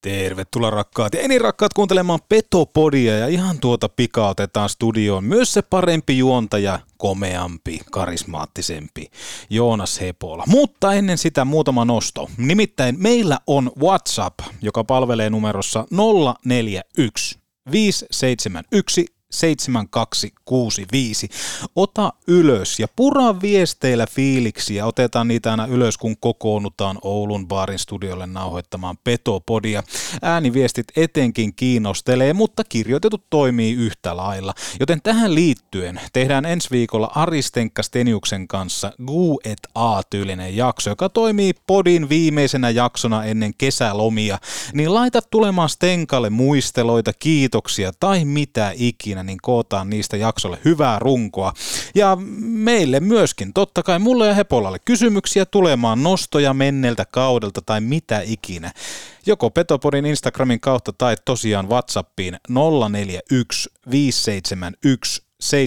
Tervetuloa rakkaat ja enin rakkaat kuuntelemaan Petopodia ja ihan tuota pikaa otetaan studioon myös se parempi juontaja, komeampi, karismaattisempi Joonas Hepola. Mutta ennen sitä muutama nosto. Nimittäin meillä on WhatsApp, joka palvelee numerossa 041 571 7265. Ota ylös ja pura viesteillä fiiliksiä. Otetaan niitä aina ylös, kun kokoonnutaan Oulun baarin studiolle nauhoittamaan Petopodia. Ääniviestit etenkin kiinnostelee, mutta kirjoitetut toimii yhtä lailla. Joten tähän liittyen tehdään ensi viikolla Ari Stenkka-Steniuksen kanssa Gu et A-tyylinen jakso, joka toimii podin viimeisenä jaksona ennen kesälomia. Niin laita tulemaan Stenkalle muisteloita, kiitoksia tai mitä ikinä, niin kootaan niistä jaksolle hyvää runkoa. Ja meille myöskin, totta kai mulle ja Hepolalle kysymyksiä tulemaan, nostoja menneeltä kaudelta tai mitä ikinä. Joko Petopodin Instagramin kautta tai tosiaan WhatsAppiin 041 571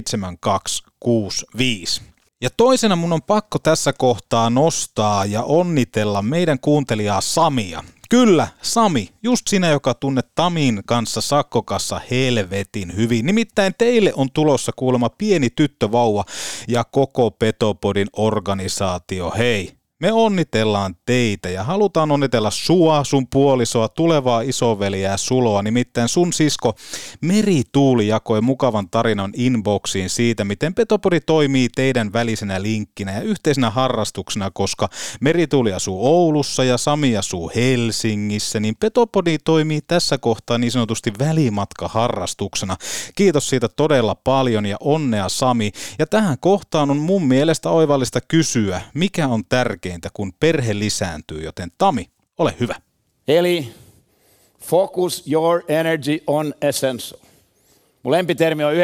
7265. Ja toisena mun on pakko tässä kohtaa nostaa ja onnitella meidän kuuntelijaa Samia. Kyllä, Sami, just sinä, joka tunnet Tamin kanssa sakkokassa helvetin hyvin. Nimittäin teille on tulossa kuulemma pieni tyttövauva ja koko Petopodin organisaatio. Hei, me onnitellaan teitä ja halutaan onnitella sua, sun puolisoa, tulevaa isoveliä ja Suloa. Nimittäin sun sisko Merituuli jakoi mukavan tarinan inboxiin siitä, miten Petopodi toimii teidän välisenä linkkinä ja yhteisenä harrastuksena, koska Merituuli asuu Oulussa ja Sami asuu Helsingissä, niin Petopodi toimii tässä kohtaa niin sanotusti välimatkaharrastuksena. Kiitos siitä todella paljon ja onnea Sami. Ja tähän kohtaan on mun mielestä oivallista kysyä, mikä on tärkeintä, kun perhe lisääntyy, joten Tami, ole hyvä. Eli focus your energy on essential. Mun lempitermi on 95-50.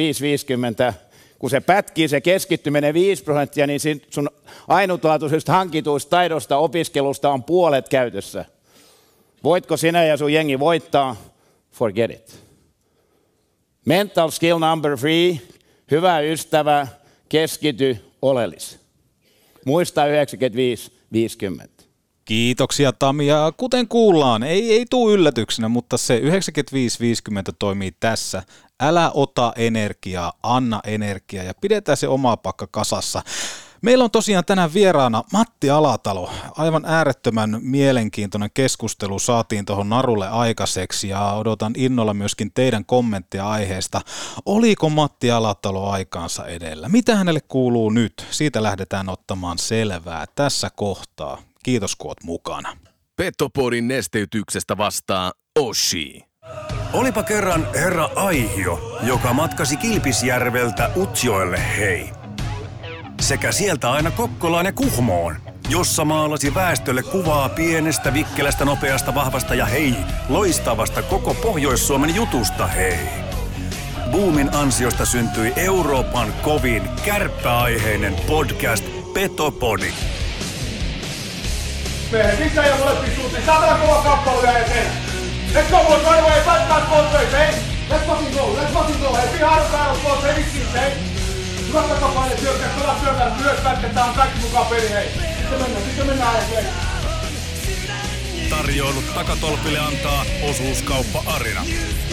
Kun se pätkii, se keskittyminen 5%, niin sun ainutlaatuisesta hankituista taidosta opiskelusta on puolet käytössä. Voitko sinä ja sun jengi voittaa? Forget it. Mental skill number 3. Hyvä ystävä, keskity, oleellisi. Muista 95-50. Kiitoksia Tami, ja kuten kuullaan, ei tule yllätyksenä, mutta se 95-50 toimii tässä. Älä ota energiaa, anna energiaa ja pidetään se oma pakka kasassa. Meillä on tosiaan tänään vieraana Matti Alatalo. Aivan äärettömän mielenkiintoinen keskustelu saatiin tuohon narulle aikaiseksi ja odotan innolla myöskin teidän kommenttia aiheesta. Oliko Matti Alatalo aikaansa edellä? Mitä hänelle kuuluu nyt? Siitä lähdetään ottamaan selvää tässä kohtaa. Kiitos kun oot mukana. Petopodin nesteytyksestä vastaa Oshi. Olipa kerran herra Aihio, joka matkasi Kilpisjärveltä Utsjoelle hei. Sekä sieltä aina Kokkolaan ja Kuhmoon, jossa maalasi väestölle kuvaa pienestä, vikkelästä, nopeasta, vahvasta ja hei, loistavasta koko Pohjois-Suomen jutusta hei. Boomin ansiosta syntyi Euroopan kovin kärppäaiheinen podcast Petopodi. Mehän sisään ja molempiin suuntiin. Saatana kova kappale vielä eteen. Let's go boys, right away, fight that sponsors, hey? Let's fucking go, hey? Be hard battle sponsors, hey? Vissiin, hey? Hyvä takapaine, syökää, myös pätketään kaikki mukaan peli, hei. Sitten mennään hei. Tarjoilut takatolpille antaa osuuskauppa Arina.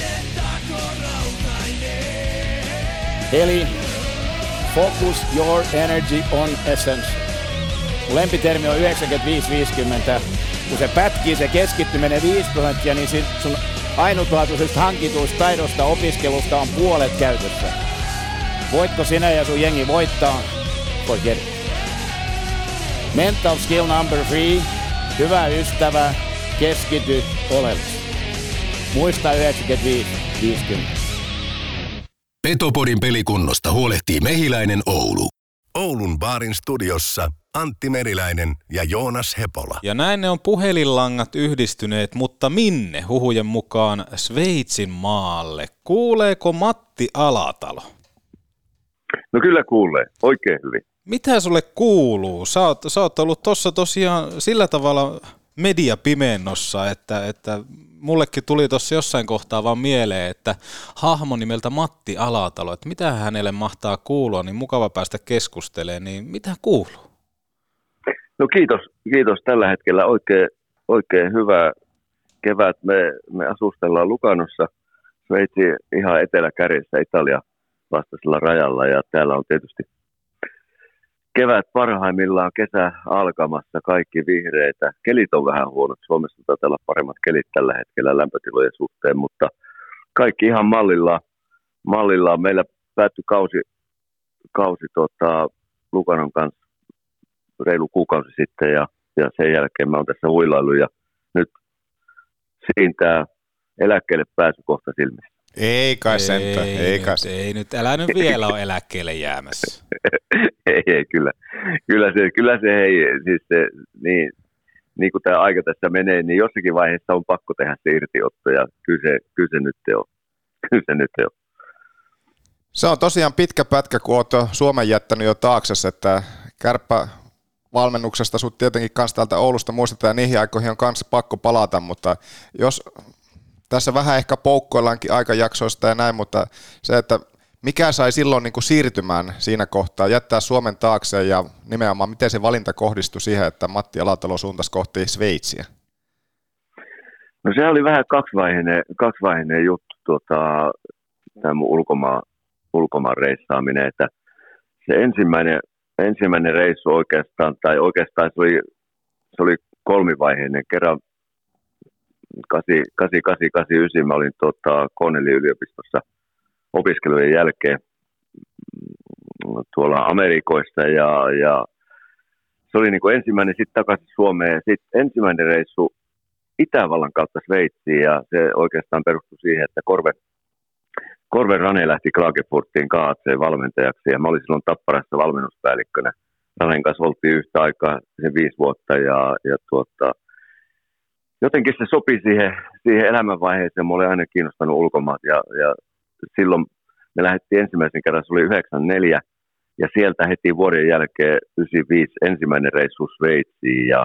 Eli focus your energy on essential. Mun lempitermi on 95-50. Kun se pätkii, se keskittyminen 5%, niin sun ainutlaatuisesta hankituista taidosta opiskelusta on puolet käytössä. Voitko sinä ja sun jengi voittaa? Forget it. Mental skill number 3. Hyvä ystävä, keskity, oleellisi. Muista 95-50. Petopodin pelikunnosta huolehtii Mehiläinen Oulu. Oulun baarin studiossa Antti Meriläinen ja Joonas Hepola. Ja näin ne on puhelinlangat yhdistyneet, mutta minne huhujen mukaan Sveitsin maalle? Kuuleeko Matti Alatalo? No kyllä kuulee, oikein hyvin. Mitä sulle kuuluu? Sä oot ollut tuossa tosiaan sillä tavalla mediapimennossa, että mullekin tuli tuossa jossain kohtaa vaan mieleen, että hahmo nimeltä Matti Alatalo, että mitä hänelle mahtaa kuulua, niin mukava päästä keskustelemaan, niin mitä kuuluu? No kiitos tällä hetkellä oikein hyvää kevät me asustellaan Luganossa, Sveitsi ihan eteläkärjessä Italia vastaisella rajalla ja täällä on tietysti kevät parhaimmillaan, kesä alkamassa, kaikki vihreitä. Kelit on vähän huonot, Suomessa taitaa olla paremmat kelit tällä hetkellä lämpötilojen suhteen, mutta kaikki ihan mallillaan. Meillä päättyi kausi Luganon kanssa reilu kuukausi sitten ja sen jälkeen mä oon tässä huilaillut ja nyt siintää eläkkeelle pääsy kohta silmissä. Ei kai sentään, ei nyt, älä nyt vielä ole eläkkeelle jäämässä. ei, kyllä se hei, siis se, niin kuin tämä aika tässä menee, niin jossakin vaiheessa on pakko tehdä se irtiotto ja kyllä se nyt on. Se on tosiaan pitkä pätkä, kun olet Suomen jättänyt jo taakse, että Kärppä-valmennuksesta sut tietenkin kanssa täältä Oulusta muistetaan, ja niihin aikoihin on kanssa pakko palata, mutta jos tässä vähän ehkä poukkoillaankin aikajaksoista ja näin, mutta se, että mikä sai silloin niin kuin siirtymään siinä kohtaa, jättää Suomen taakse ja nimenomaan miten se valinta kohdistui siihen, että Matti Alatalo suuntasi kohti Sveitsiä? No se oli vähän kaksivaiheinen juttu, tämä mun ulkomaan reissaaminen, että se ensimmäinen reissu oikeastaan se oli kolmivaiheinen. Kerran 88-89 mä olin Cornellin yliopistossa opiskelujen jälkeen tuolla Amerikoissa ja se oli niin kuin ensimmäinen sitten takaisin Suomeen ja sitten ensimmäinen reissu Itävallan kautta Sveitsiin ja se oikeastaan perustui siihen, että Korve Rane lähti Klagenfurtiin KAC:n valmentajaksi ja mä olin silloin Tapparassa valmennuspäällikkönä. Ranen kanssa oltiin yhtä aikaa sen 5 vuotta ja jotenkin se sopi siihen elämänvaiheeseen. Mä olin aina kiinnostanut ulkomaat ja silloin me lähdettiin ensimmäisen kerran, se oli 94 ja sieltä heti vuoden jälkeen 95 ensimmäinen reissu Sveitsiin ja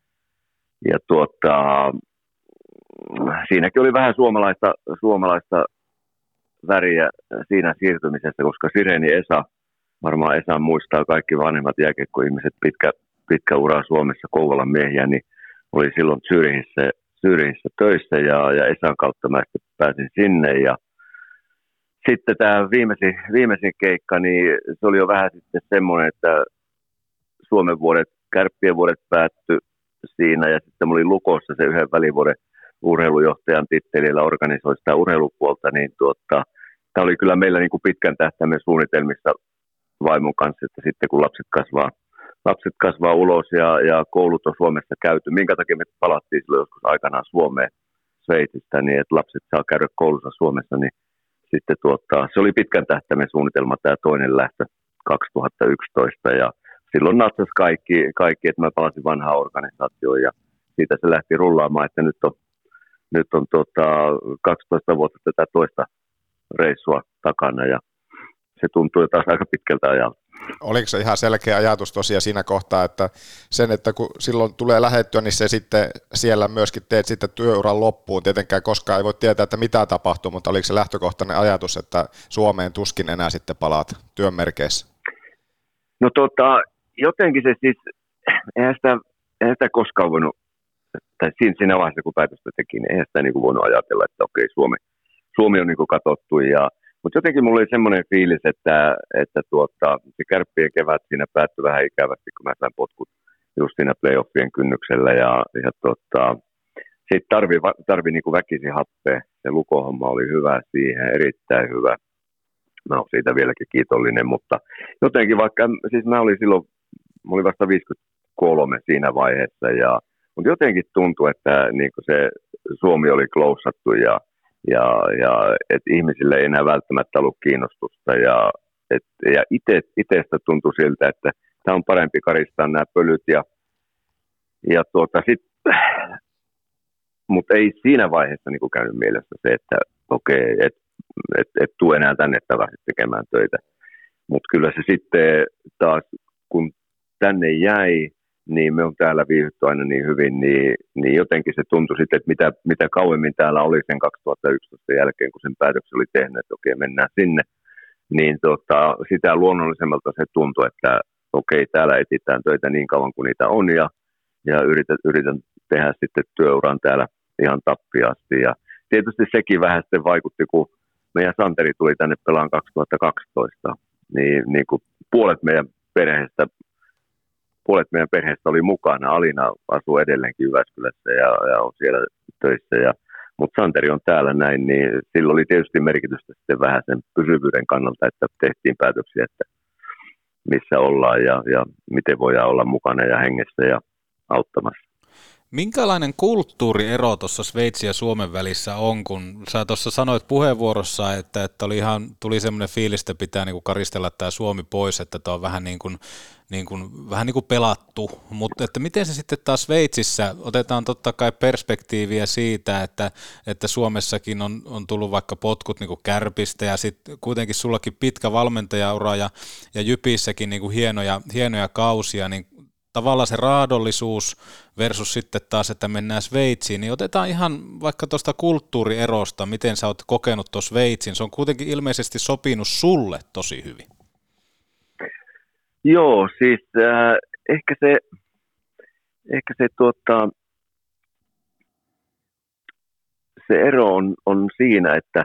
siinäkin oli vähän suomalaista väriä siinä siirtymisessä, koska Sireni Esa, varmaan Esa muistaa kaikki vanhemmat jääkiekkoihmiset, pitkä ura Suomessa, Kouvolan miehiä, niin oli silloin Zyrihissä töissä ja Esan kautta mä sitten pääsin sinne ja sitten tämä viimeisin keikka, niin se oli jo vähän sitten semmoinen, että Suomen vuodet, Kärppien vuodet päättyi siinä ja sitten mä olin Lukossa se yhden välivuoden urheilujohtajan tittelillä organisoi sitä urheilupuolta, niin tämä oli kyllä meillä niin kuin pitkän tähtäimen suunnitelmissa vaimon kanssa, että sitten kun lapset kasvaa ulos ja koulut on Suomessa käyty, minkä takia me palattiin silloin joskus aikanaan Suomeen Sveitsistä, niin että lapset saa käydä koulussa Suomessa, niin sitten se oli pitkän tähtäimen suunnitelma tämä toinen lähtö 2011 ja silloin natsasi kaikki, että mä palasin vanhaan organisaatioon ja siitä se lähti rullaamaan, että nyt on 12 vuotta tätä toista reissua takana ja se tuntuu taas aika pitkältä ajalta. Oliko se ihan selkeä ajatus tosiaan siinä kohtaa, että kun silloin tulee lähettyä, niin se sitten siellä myöskin teet sitten työuran loppuun. Tietenkään koskaan ei voi tietää, että mitä tapahtuu, mutta oliko se lähtökohtainen ajatus, että Suomeen tuskin enää sitten palaat työn merkeissä? No jotenkin se siis, eihän sitä koskaan voinut, tai siinä vaiheessa kun päätöstä teki, niin eihän sitä niin kuin voinut ajatella, että okei, Suomi on niin kuin katsottu mutta jotenkin mulla oli semmoinen fiilis, että se Kärppien kevät siinä päättyi vähän ikävästi, kun mä sain potkut just siinä playoffien kynnyksellä ja sitten tarvi niin kuin väkisin happea. Se Luko-homma oli hyvä siihen, erittäin hyvä. Mä oon siitä vieläkin kiitollinen, mutta jotenkin siis mä olin vasta 53 siinä vaiheessa mutta jotenkin tuntui, että niin kuin se Suomi oli klousattu ja että ihmisille ei enää välttämättä ollut kiinnostusta ja itsestä tuntui siltä, että tämä on parempi karistaa nämä pölyt mutta ei siinä vaiheessa niin kuin käynyt mielessä se, että okei, et tuu enää tänne takaisin tekemään töitä, mutta kyllä se sitten taas kun tänne jäi, niin me on täällä viihdytty aina niin hyvin, niin jotenkin se tuntui sitten, että mitä kauemmin täällä oli sen 2011 jälkeen, kun sen päätöksen oli tehnyt, että okei, mennään sinne, niin sitä luonnollisemmalta se tuntui, että okei, täällä etsitään töitä niin kauan kuin niitä on, ja yritän tehdä sitten työuran ihan tappiasti. Ja tietysti sekin vähän sitten vaikutti, kun meidän Santeri tuli tänne pelaan 2012, niin kuin puolet meidän perheestä oli mukana. Alina asuu edelleenkin Jyväskylässä ja on siellä töissä. Mutta Santeri on täällä näin, niin sillä oli tietysti merkitystä sitten vähän sen pysyvyyden kannalta, että tehtiin päätöksiä, että missä ollaan ja miten voidaan olla mukana ja hengessä ja auttamassa. Minkälainen kulttuuriero tuossa Sveitsin ja Suomen välissä on, kun sä tuossa sanoit puheenvuorossa, että tuli semmoinen fiilis, että pitää niinku karistella tämä Suomi pois, että tämä on vähän niin kuin pelattu, mutta että miten se sitten taas Sveitsissä, otetaan totta kai perspektiiviä siitä, että Suomessakin on tullut vaikka potkut niinku Kärpistä ja sitten kuitenkin sullakin pitkä valmentajaura ja Jypissäkin niinku hienoja kausia, niin tavallaan se raadollisuus versus sitten taas, että mennään Sveitsiin, niin otetaan ihan vaikka tuosta kulttuurierosta, miten sä oot kokenut tuossa Sveitsin. Se on kuitenkin ilmeisesti sopinut sulle tosi hyvin. Joo, siis ehkä se ero on siinä, että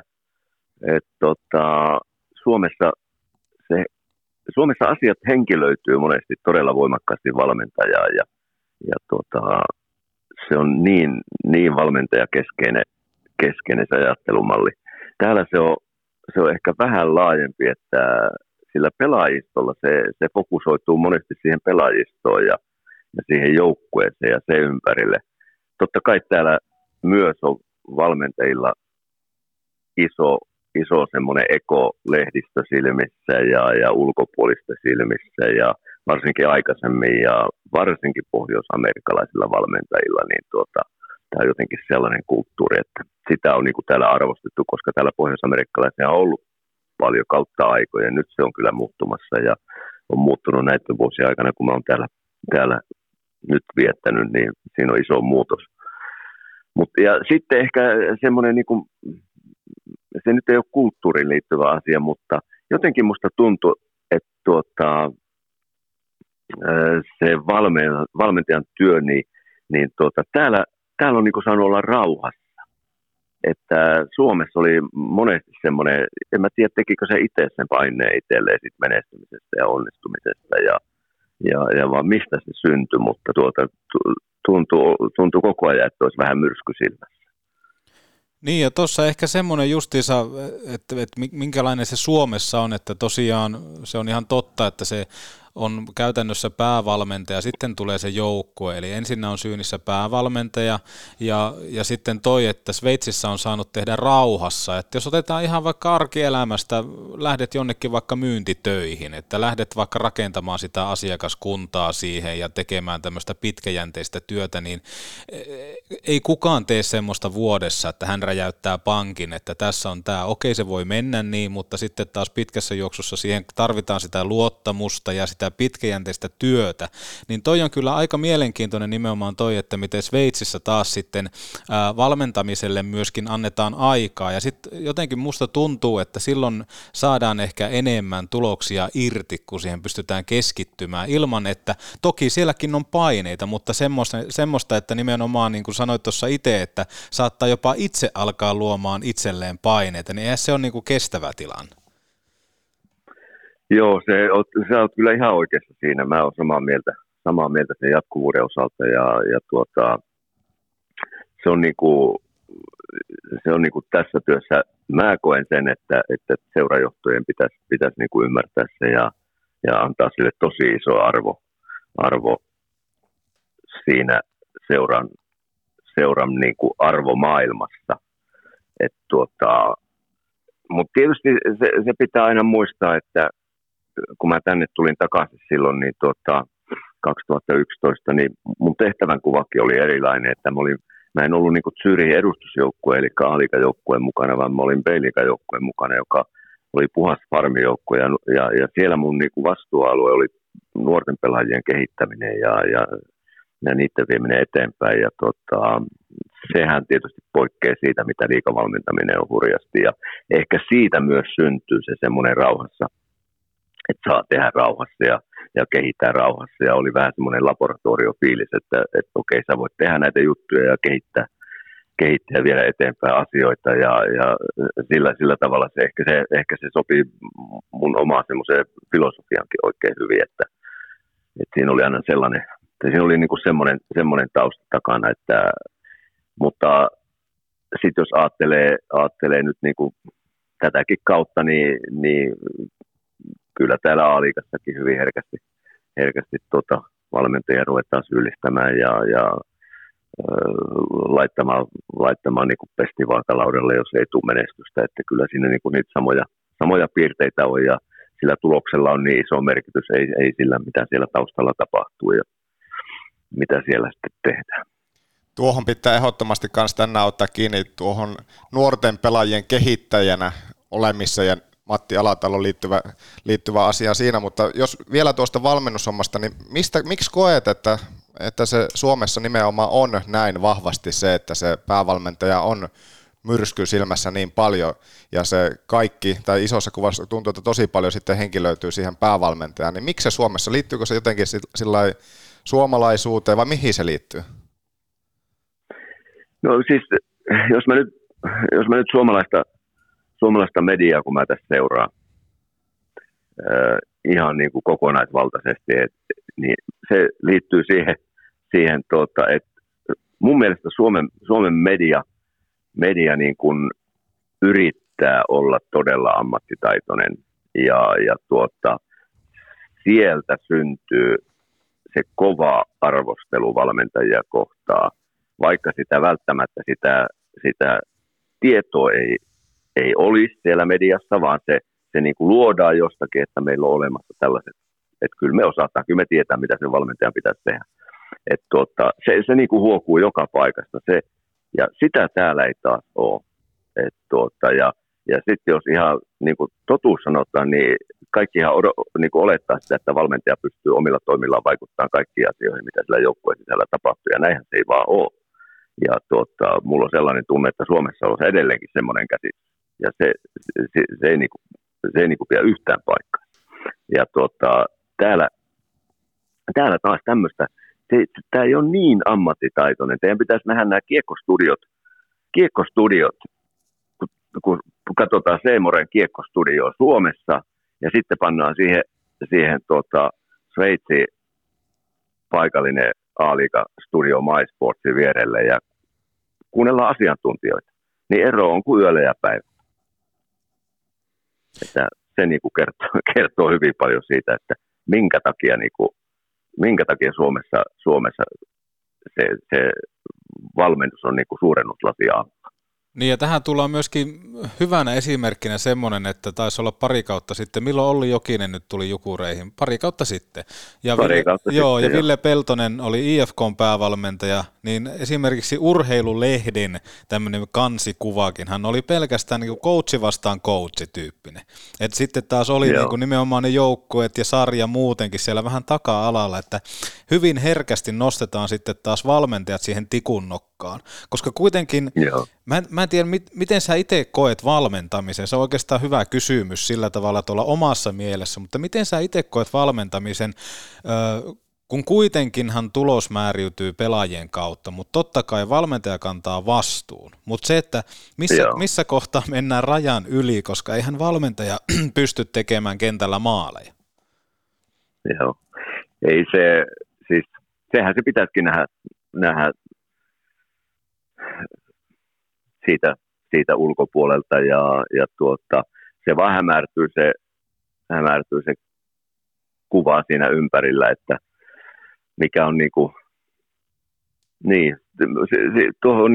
Suomessa asiat henkilöityy monesti todella voimakkaasti valmentajaa ja se on niin valmentajakeskeinen se ajattelumalli. Täällä se on ehkä vähän laajempi, että sillä pelaajistolla se fokusoituu monesti siihen pelaajistoon ja siihen joukkueeseen ja sen ympärille. Totta kai täällä myös on valmentajilla iso semmoinen ekolehdistö silmissä ja ulkopuolista silmissä ja varsinkin aikaisemmin ja varsinkin pohjois-amerikkalaisilla valmentajilla, niin tämä on jotenkin sellainen kulttuuri, että sitä on niin kuin täällä arvostettu, koska täällä pohjois-amerikkalaisia on ollut paljon kautta aikoja. Nyt se on kyllä muuttumassa ja on muuttunut näiden vuosien aikana, kun mä oon täällä nyt viettänyt, niin siinä on iso muutos. Ja sitten ehkä semmoinen niin kuin, se nyt ei ole kulttuuriin liittyvä asia, mutta jotenkin musta tuntuu, että se valmentajan työ, niin täällä on niin kuin saanut olla rauhassa. Että Suomessa oli monesti semmoinen, en mä tiedä tekikö se itse sen paineen itselleen sit menestymisestä ja onnistumisesta ja vaan mistä se syntyi, mutta tuntuu koko ajan, että olisi vähän myrsky silmässä. Niin ja tuossa ehkä semmoinen justiinsa, että minkälainen se Suomessa on, että tosiaan se on ihan totta, että se on käytännössä päävalmentaja, sitten tulee se joukkue, eli ensin on syynissä päävalmentaja ja sitten että Sveitsissä on saanut tehdä rauhassa, että jos otetaan ihan vaikka arkielämästä, lähdet jonnekin vaikka myyntitöihin, että lähdet vaikka rakentamaan sitä asiakaskuntaa siihen ja tekemään tämmöistä pitkäjänteistä työtä, niin ei kukaan tee semmoista vuodessa, että hän räjäyttää pankin, että tässä on tämä, okei se voi mennä niin, mutta sitten taas pitkässä juoksussa siihen tarvitaan sitä luottamusta ja sitä pitkäjänteistä työtä, niin toi on kyllä aika mielenkiintoinen nimenomaan toi, että miten Sveitsissä taas sitten valmentamiselle myöskin annetaan aikaa, ja sitten jotenkin musta tuntuu, että silloin saadaan ehkä enemmän tuloksia irti, kun siihen pystytään keskittymään, ilman että toki sielläkin on paineita, mutta semmoista, että nimenomaan niin kuin sanoit tuossa itse, että saattaa jopa itse alkaa luomaan itselleen paineita, niin eihän se ole niin kuin kestävä tilanne. Joo, sä oot kyllä ihan oikeassa siinä. Mä oon samaa mieltä sen jatkuvuuden osalta ja se on niinku tässä työssä. Mä koen sen, että seurajohtojen pitäisi niinku ymmärtää se ja antaa sille tosi iso arvo siinä seuran niinku arvomaailmassa. Mutta tietysti se pitää aina muistaa, että kun mä tänne tulin takaisin silloin, niin 2011, niin mun tehtävänkuvakin oli erilainen, että mä en ollut niin kuin Zürihin edustusjoukkue, eli A-liigajoukkueen mukana, vaan mä olin B-liigajoukkueen mukana, joka oli puhas farmijoukkue, ja siellä mun niin kuin vastuualue oli nuorten pelaajien kehittäminen ja niiden vieminen eteenpäin, ja sehän tietysti poikkeaa siitä, mitä liigavalmentaminen on hurjasti, ja ehkä siitä myös syntyy se semmoinen rauhassa, että saa tehdä rauhassa ja kehittää rauhassa. Ja oli vähän semmoinen laboratoriofiilis, että okei, sä voit tehdä näitä juttuja ja kehittää ja viedä eteenpäin asioita ja sillä tavalla ehkä se sopii mun omaan semmoiseen filosofiankin oikein hyvin, että siinä oli aina sellainen, siinä oli niinku semmoinen tausta takana, mutta sitten jos ajattelee nyt niinku tätäkin kautta, niin kyllä täällä A-liigassakin hyvin herkästi valmentajia ruvetaan syyllistämään ja laittamaan niin kuin pestivaakalaudelle, jos ei tule menestystä, että kyllä siinä niin kuin niitä samoja piirteitä on ja sillä tuloksella on niin iso merkitys, ei sillä mitä siellä taustalla tapahtuu ja mitä siellä sitten tehdään. Tuohon pitää ehdottomasti myös tänään ottaa kiinni tuohon nuorten pelaajien kehittäjänä olemissa ja Matti Alatalon liittyvä asia siinä, mutta jos vielä tuosta valmennushommasta, niin miksi koet, että se Suomessa nimenomaan on näin vahvasti se, että se päävalmentaja on myrsky silmässä niin paljon ja se kaikki, tai isossa kuvassa tuntuu, että tosi paljon sitten henkilöityy siihen päävalmentajaan, niin miksi se Suomessa, liittyykö se jotenkin sillai suomalaisuuteen vai mihin se liittyy? No siis, jos mä nyt suomalaista mediaa, kun mä tässä seuraan ihan niin kuin kokonaisvaltaisesti, niin se liittyy siihen että mun mielestä Suomen media niin kuin yrittää olla todella ammattitaitoinen ja sieltä syntyy se kova arvostelu valmentajia kohtaan, vaikka sitä välttämättä sitä tietoa ei olisi siellä mediassa, vaan se niin kuin luodaan jostakin, että meillä on olemassa tällaiset, että kyllä me osataan, kyllä me tietää, mitä sen valmentajan pitäisi tehdä. Että se niin kuin huokuu joka paikasta, ja sitä täällä ei taas ole. Ja sitten jos ihan niin kuin totuus sanotaan, niin kaikkihan niin kuin olettaa sitä, että valmentaja pystyy omilla toimillaan vaikuttamaan kaikkiin asioihin, mitä sillä joukkueen sisällä tapahtuu, ja näinhän se ei vaan ole. Ja mulla on sellainen tunne, että Suomessa on edelleenkin semmoinen käsitys, ja se ei niin kuin pidä yhtään paikkaa. Ja täällä taas tämmöistä, tämä ei ole niin ammattitaitoinen. Teidän pitäisi nähdä nämä kiekkostudiot, kun katsotaan Seemoren kiekkostudioa Suomessa, ja sitten pannaan siihen Sveitsin paikallinen A-liiga-studio MySportsin vierelle, ja kuunnellaan asiantuntijoita, niin ero on kuin yöllä ja päivä. Että se niin kuin kertoo hyvin paljon siitä, että minkä takia Suomessa se valmennus on niin kuin suurennuslasia alla. Niin ja tähän tullaan myöskin hyvänä esimerkkinä semmoinen, että taisi olla pari kautta sitten, milloin Olli Jokinen nyt tuli Jukureihin, pari kautta sitten. Ja Ville Peltonen oli IFK:n päävalmentaja, niin esimerkiksi Urheilulehden tämmöinen kansikuvakin, hän oli pelkästään niin kuin coachi vastaan coach-tyyppinen. Että sitten taas oli niin kuin nimenomaan ne joukkueet ja sarja muutenkin siellä vähän taka-alalla, että hyvin herkästi nostetaan sitten taas valmentajat siihen tikun nokkaan, koska kuitenkin mä en tiedä, miten sä itse koet valmentamisen, se on oikeastaan hyvä kysymys sillä tavalla tuolla omassa mielessä, mutta miten sä itse koet valmentamisen, kun kuitenkinhan tulos määriytyy pelaajien kautta, mutta totta kai valmentaja kantaa vastuun, mutta se, että missä kohtaa mennään rajan yli, koska eihän valmentaja pysty tekemään kentällä maaleja. Joo, ei se, siis sehän se pitäisikin nähdä siitä ulkopuolelta ja se vaan hämärtyy se kuva siinä ympärillä, että mikä on tuohon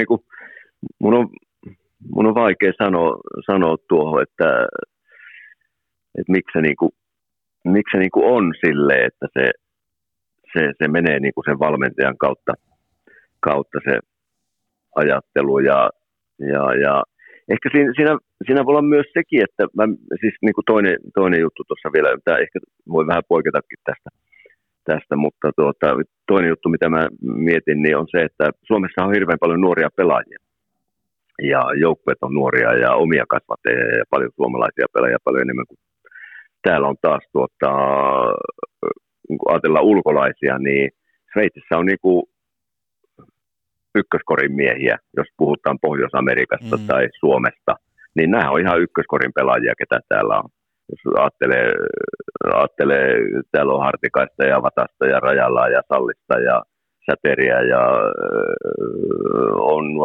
mun on vaikea sanoa tuohon, että miksi se on silleen, että se menee sen valmentajan kautta se ajattelu ja ehkä siinä voi olla myös sekin, että siis toinen juttu tuossa vielä, tämä ehkä voi vähän poiketakin tästä, mutta toinen juttu, mitä mä mietin, niin on se, että Suomessa on hirveän paljon nuoria pelaajia ja joukkueet on nuoria ja omia kasvattajia ja paljon suomalaisia pelaajia paljon enemmän kuin täällä on taas kun ajatellaan ulkolaisia, niin Sveitsissä on ykköskorin miehiä, jos puhutaan Pohjois-Amerikasta tai Suomesta, niin nämä on ihan ykköskorin pelaajia, ketä täällä on. Jos ajattelee täällä on Hartikaista ja Vatasta ja Rajalaa ja Sallista ja Säteriä ja on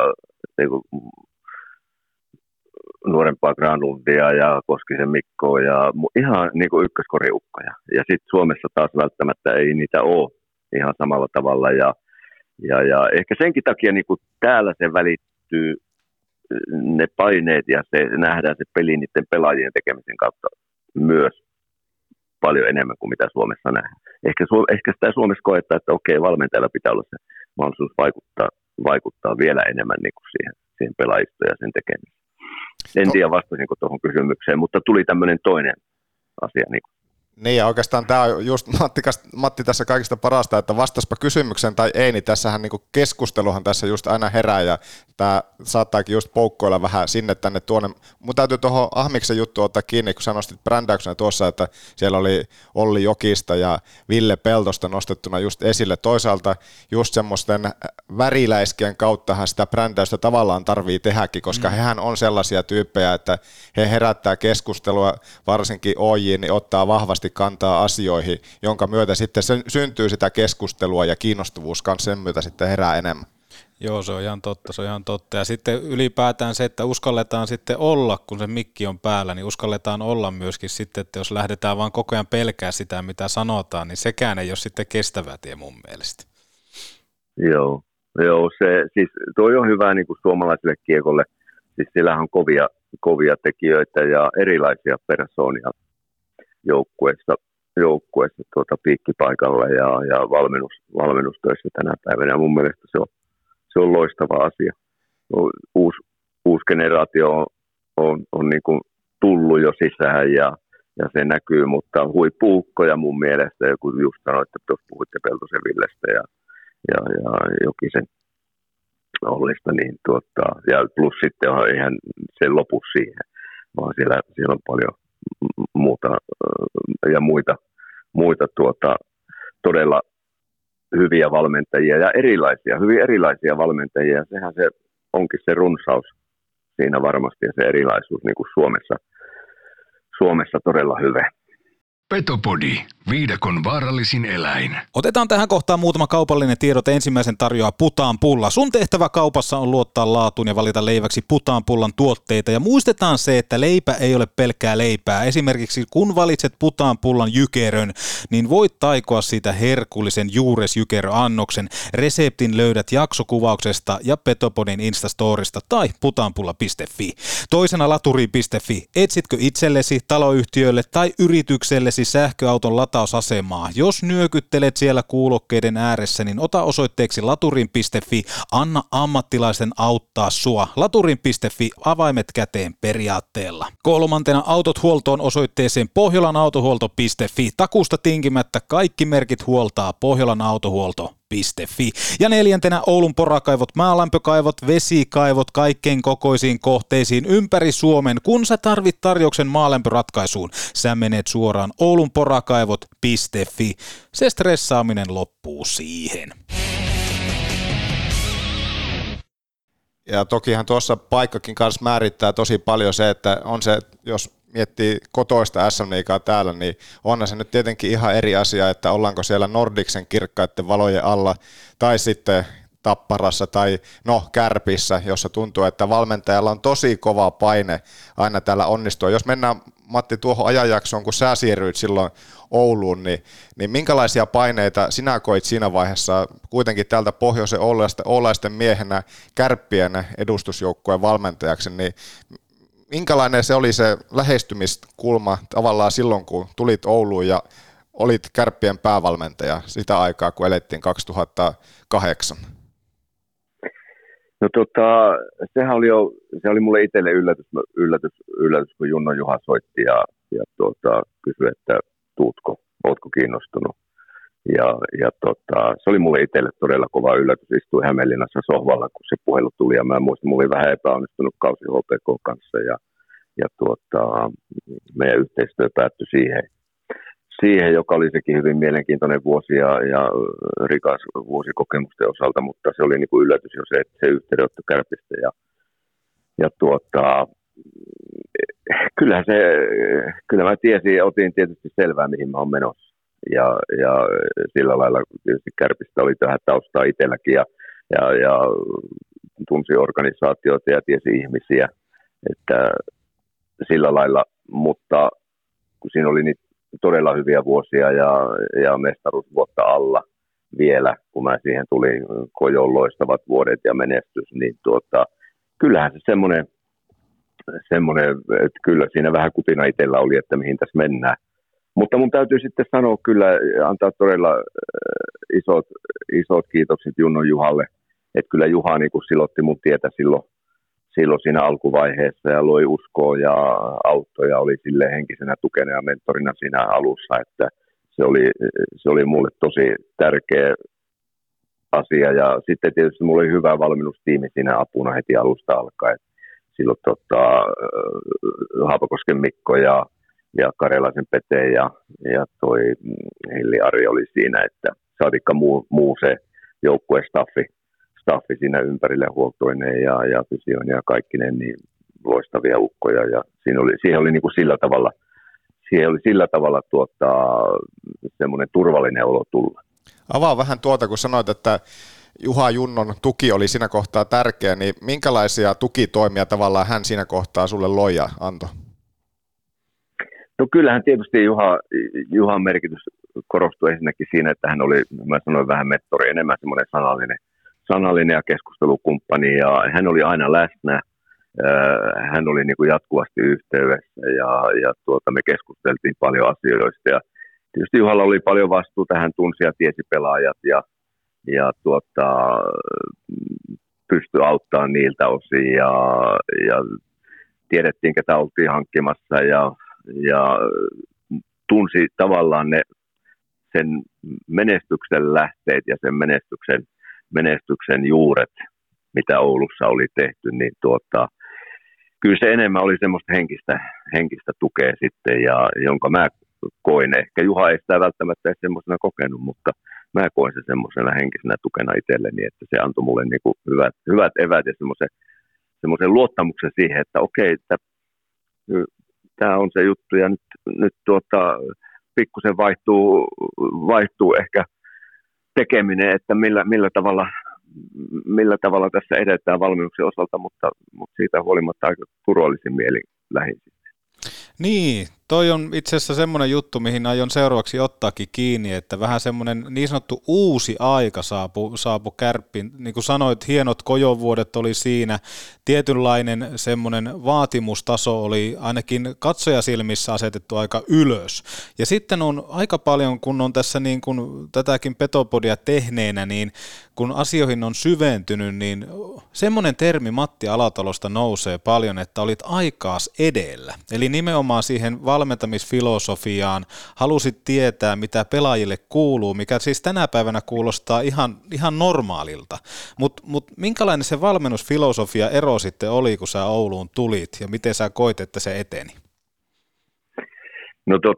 nuorempaa Granlundia ja Koskisen Mikkoa ja ihan niin kuin ykköskoriukkoja. Ja sitten Suomessa taas välttämättä ei niitä ole ihan samalla tavalla. Ja ehkä senkin takia niin kuin täällä se välittyy ne paineet ja se nähdään se peli niiden pelaajien tekemisen kautta myös paljon enemmän kuin mitä Suomessa nähdään. Ehkä sitä Suomessa koetaan, että okei, valmentajalla pitää olla se mahdollisuus vaikuttaa vielä enemmän niin kuin siihen pelaajistoon ja sen tekemiseen. En tiedä vastasinko tuohon kysymykseen, mutta tuli tämmöinen toinen asia. Niin ja oikeastaan tämä on just Matti tässä kaikista parasta, että vastaspa kysymykseen tai ei, niin tässähän niinku keskusteluhan tässä just aina herää ja tämä saattaakin just poukkoilla vähän sinne tänne tuonne. Mun täytyy tuohon Ahmiksen juttu ottaa kiinni, kun sä nostit brändäyksenä tuossa, että siellä oli Olli Jokista ja Ville Peltosta nostettuna just esille. Toisaalta just semmoisten väriläiskien kauttahan sitä brändäystä tavallaan tarvii tehdäkin, koska hehän on sellaisia tyyppejä, että he herättää keskustelua, varsinkin OJ, niin ottaa vahvasti kantaa asioihin, jonka myötä sitten syntyy sitä keskustelua ja kiinnostavuus kanssa sen myötä sitten herää enemmän. Joo, se on ihan totta. Ja sitten ylipäätään se, että uskalletaan sitten olla, kun se mikki on päällä, niin uskalletaan olla myöskin sitten, että jos lähdetään vaan koko ajan pelkää sitä, mitä sanotaan, niin sekään ei ole sitten kestävä tie mun mielestä. Joo, siis toi on hyvä niin kuin suomalaiselle kiekolle. Siis sillähän on kovia tekijöitä ja erilaisia persoonia joukkueessa piikkipaikalla ja valmennustöissä tänä päivänä. Ja mun mielestä se on loistava asia. Uusi generaatio on niin kuin tullut jo sisään ja se näkyy, mutta huippuukkoja mun mielestä, kun just sanoitte, että tuossa puhuitte Peltosen Villestä ja Jokisen Ollista, niin ja plus sitten on ihan se lopu siihen, vaan siellä on paljon muuta ja muita todella hyviä valmentajia ja hyvin erilaisia valmentajia. Sehän se onkin se runsaus siinä varmasti ja se erilaisuus niin kuin Suomessa todella hyvä. Petopodi, viidakon vaarallisin eläin. Otetaan tähän kohtaan muutama kaupallinen tiedot. Ensimmäisen tarjoaa Putaan Pulla. Sun tehtävä kaupassa on luottaa laatuun ja valita leiväksi Putaan Pullan tuotteita. Ja muistetaan se, että leipä ei ole pelkkää leipää. Esimerkiksi kun valitset Putaan Pullan jykerön, niin voit taikoa siitä herkullisen juuresjykeröannoksen. Reseptin löydät jaksokuvauksesta ja Petopodin Instastorista tai putaanpulla.fi. Toisena laturi.fi. Etsitkö itsellesi, taloyhtiölle tai yrityksellesi sähköauton latausasemaa? Jos nyökyttelet siellä kuulokkeiden ääressä, niin ota osoitteeksi laturin.fi. Anna ammattilaisen auttaa sua. Laturin.fi, avaimet käteen periaatteella. Kolmantena autot huoltoon osoitteeseen pohjolanautohuolto.fi. Takuusta tinkimättä kaikki merkit huoltaa pohjolanautohuolto.fi. Ja neljäntenä Oulun porakaivot, maalämpökaivot, vesikaivot kaikkein kokoisiin kohteisiin ympäri Suomen. Kun sä tarvit tarjouksen maalämpöratkaisuun, sä menet suoraan oulunporakaivot.fi. Se stressaaminen loppuu siihen. Ja tokihan tuossa paikkakin kanssa määrittää tosi paljon se, että on se, jos miettii kotoista SM-liigaa täällä, niin onhan se nyt tietenkin ihan eri asia, että ollaanko siellä Nordicsen kirkkaiden valojen alla tai sitten Tapparassa tai Kärpissä, jossa tuntuu, että valmentajalla on tosi kova paine aina täällä onnistua. Jos mennään, Matti, tuohon ajanjaksoon, kun sä siirryit silloin Ouluun, niin minkälaisia paineita sinä koit siinä vaiheessa kuitenkin täältä pohjoisen oulaisten miehenä Kärppien edustusjoukkueen valmentajaksi, niin minkälainen se oli se lähestymiskulma tavallaan silloin, kun tulit Ouluun ja olit Kärppien päävalmentaja sitä aikaa, kun elettiin 2008? No se oli mulle itselle yllätys, kun Junno Juha soitti ja kysyi, että ootko kiinnostunut. Ja se oli mulle itselle todella kova yllätys. Istuin Hämeenlinnassa sohvalla, kun se puhelu tuli, ja mä muistin, mulla oli vähän epäonnistunut kausi HPK kanssa, ja meidän yhteistyö päättyi siihen, joka oli sekin hyvin mielenkiintoinen vuosi ja rikas vuosi kokemusten osalta, mutta se oli niin kuin yllätys jo se yhteydenotto Kärpistä kyllä mä tiesin ja otin tietysti selvää, mihin mä oon menossa. Ja sillä lailla tietysti Kärpistä oli tähän taustaa itselläkin ja tunsi organisaatioita ja tiesi ihmisiä, että sillä lailla, mutta kun siinä oli niitä todella hyviä vuosia ja mestaruusvuotta alla vielä, kun mä siihen tulin, Kojon loistavat vuodet ja menestys, niin kyllähän se semmoinen, että kyllä siinä vähän kutina itsellä oli, että mihin tässä mennään. Mutta mun täytyy sitten sanoa kyllä, antaa todella isot kiitokset Junnon Juhalle, että kyllä Juha niin kun silotti mun tietä silloin siinä alkuvaiheessa ja loi uskoa ja auttoi ja oli sille henkisenä tukena ja mentorina siinä alussa, että se oli mulle tosi tärkeä asia ja sitten tietysti mulla oli hyvä valmennustiimi siinä apuna heti alusta alkaen. Silloin Haapakosken Mikko ja Karjalaisen Pete ja toi Hilli Ari oli siinä, että saatikka muu se joukkuestaffi siinä ympärille huoltoineen ja fysioineen ja kaikkineen niin loistavia ukkoja ja siihen oli niin kuin sillä tavalla semmoinen turvallinen olo tulla. Avaa vähän tuota, kun sanoit, että Juha Junnon tuki oli siinä kohtaa tärkeä, niin minkälaisia tukitoimia tavallaan hän siinä kohtaa sulle loi ja antoi? No kyllähän tietysti Juhan merkitys korostui ensinnäkin siinä, että hän oli, mä sanoin vähän mentori, enemmän semmoinen sanallinen ja keskustelukumppani ja hän oli aina läsnä. Hän oli niin kuin jatkuvasti yhteydessä ja me keskusteltiin paljon asioista ja tietysti Juhalla oli paljon vastuuta, hän tunsi ja tiesi pelaajat ja pystyi auttamaan niiltä osin ja tiedettiin, ketä oltiin hankkimassa ja tunsi tavallaan sen menestyksen lähteet ja sen menestyksen juuret, mitä Oulussa oli tehty, niin kyllä se enemmän oli semmoista henkistä tukea sitten, ja jonka mä koin, ehkä Juha ei sitä välttämättä edes semmoisena kokenut, mutta mä koin se semmoisena henkisenä tukena itselleni, että se antoi mulle niinku hyvät evät ja semmoisen luottamuksen siihen, että okei, tämä on se juttu ja nyt pikkusen vaihtuu ehkä tekeminen, että millä tavalla tässä edetään valmennuksen osalta, mutta siitä huolimatta aika turvallisin mieli lähin. Niin, toi on itse asiassa semmoinen juttu, mihin aion seuraavaksi ottaakin kiinni, että vähän semmoinen niin sanottu uusi aika saapui Kärppiin. Niin kuin sanoit, hienot Kojon-vuodet oli siinä, tietynlainen semmoinen vaatimustaso oli ainakin katsojasilmissä asetettu aika ylös. Ja sitten on aika paljon, kun on tässä niin kuin tätäkin Petopodia tehneenä, niin kun asioihin on syventynyt, niin semmoinen termi Matti Alatalosta nousee paljon, että olit aikaas edellä. Eli nimenomaan siihen valmentamisfilosofiaan halusit tietää, mitä pelaajille kuuluu, mikä siis tänä päivänä kuulostaa ihan normaalilta. Mutta minkälainen se valmennusfilosofia ero sitten oli, kun sä Ouluun tulit, ja miten sä koit, että se eteni? No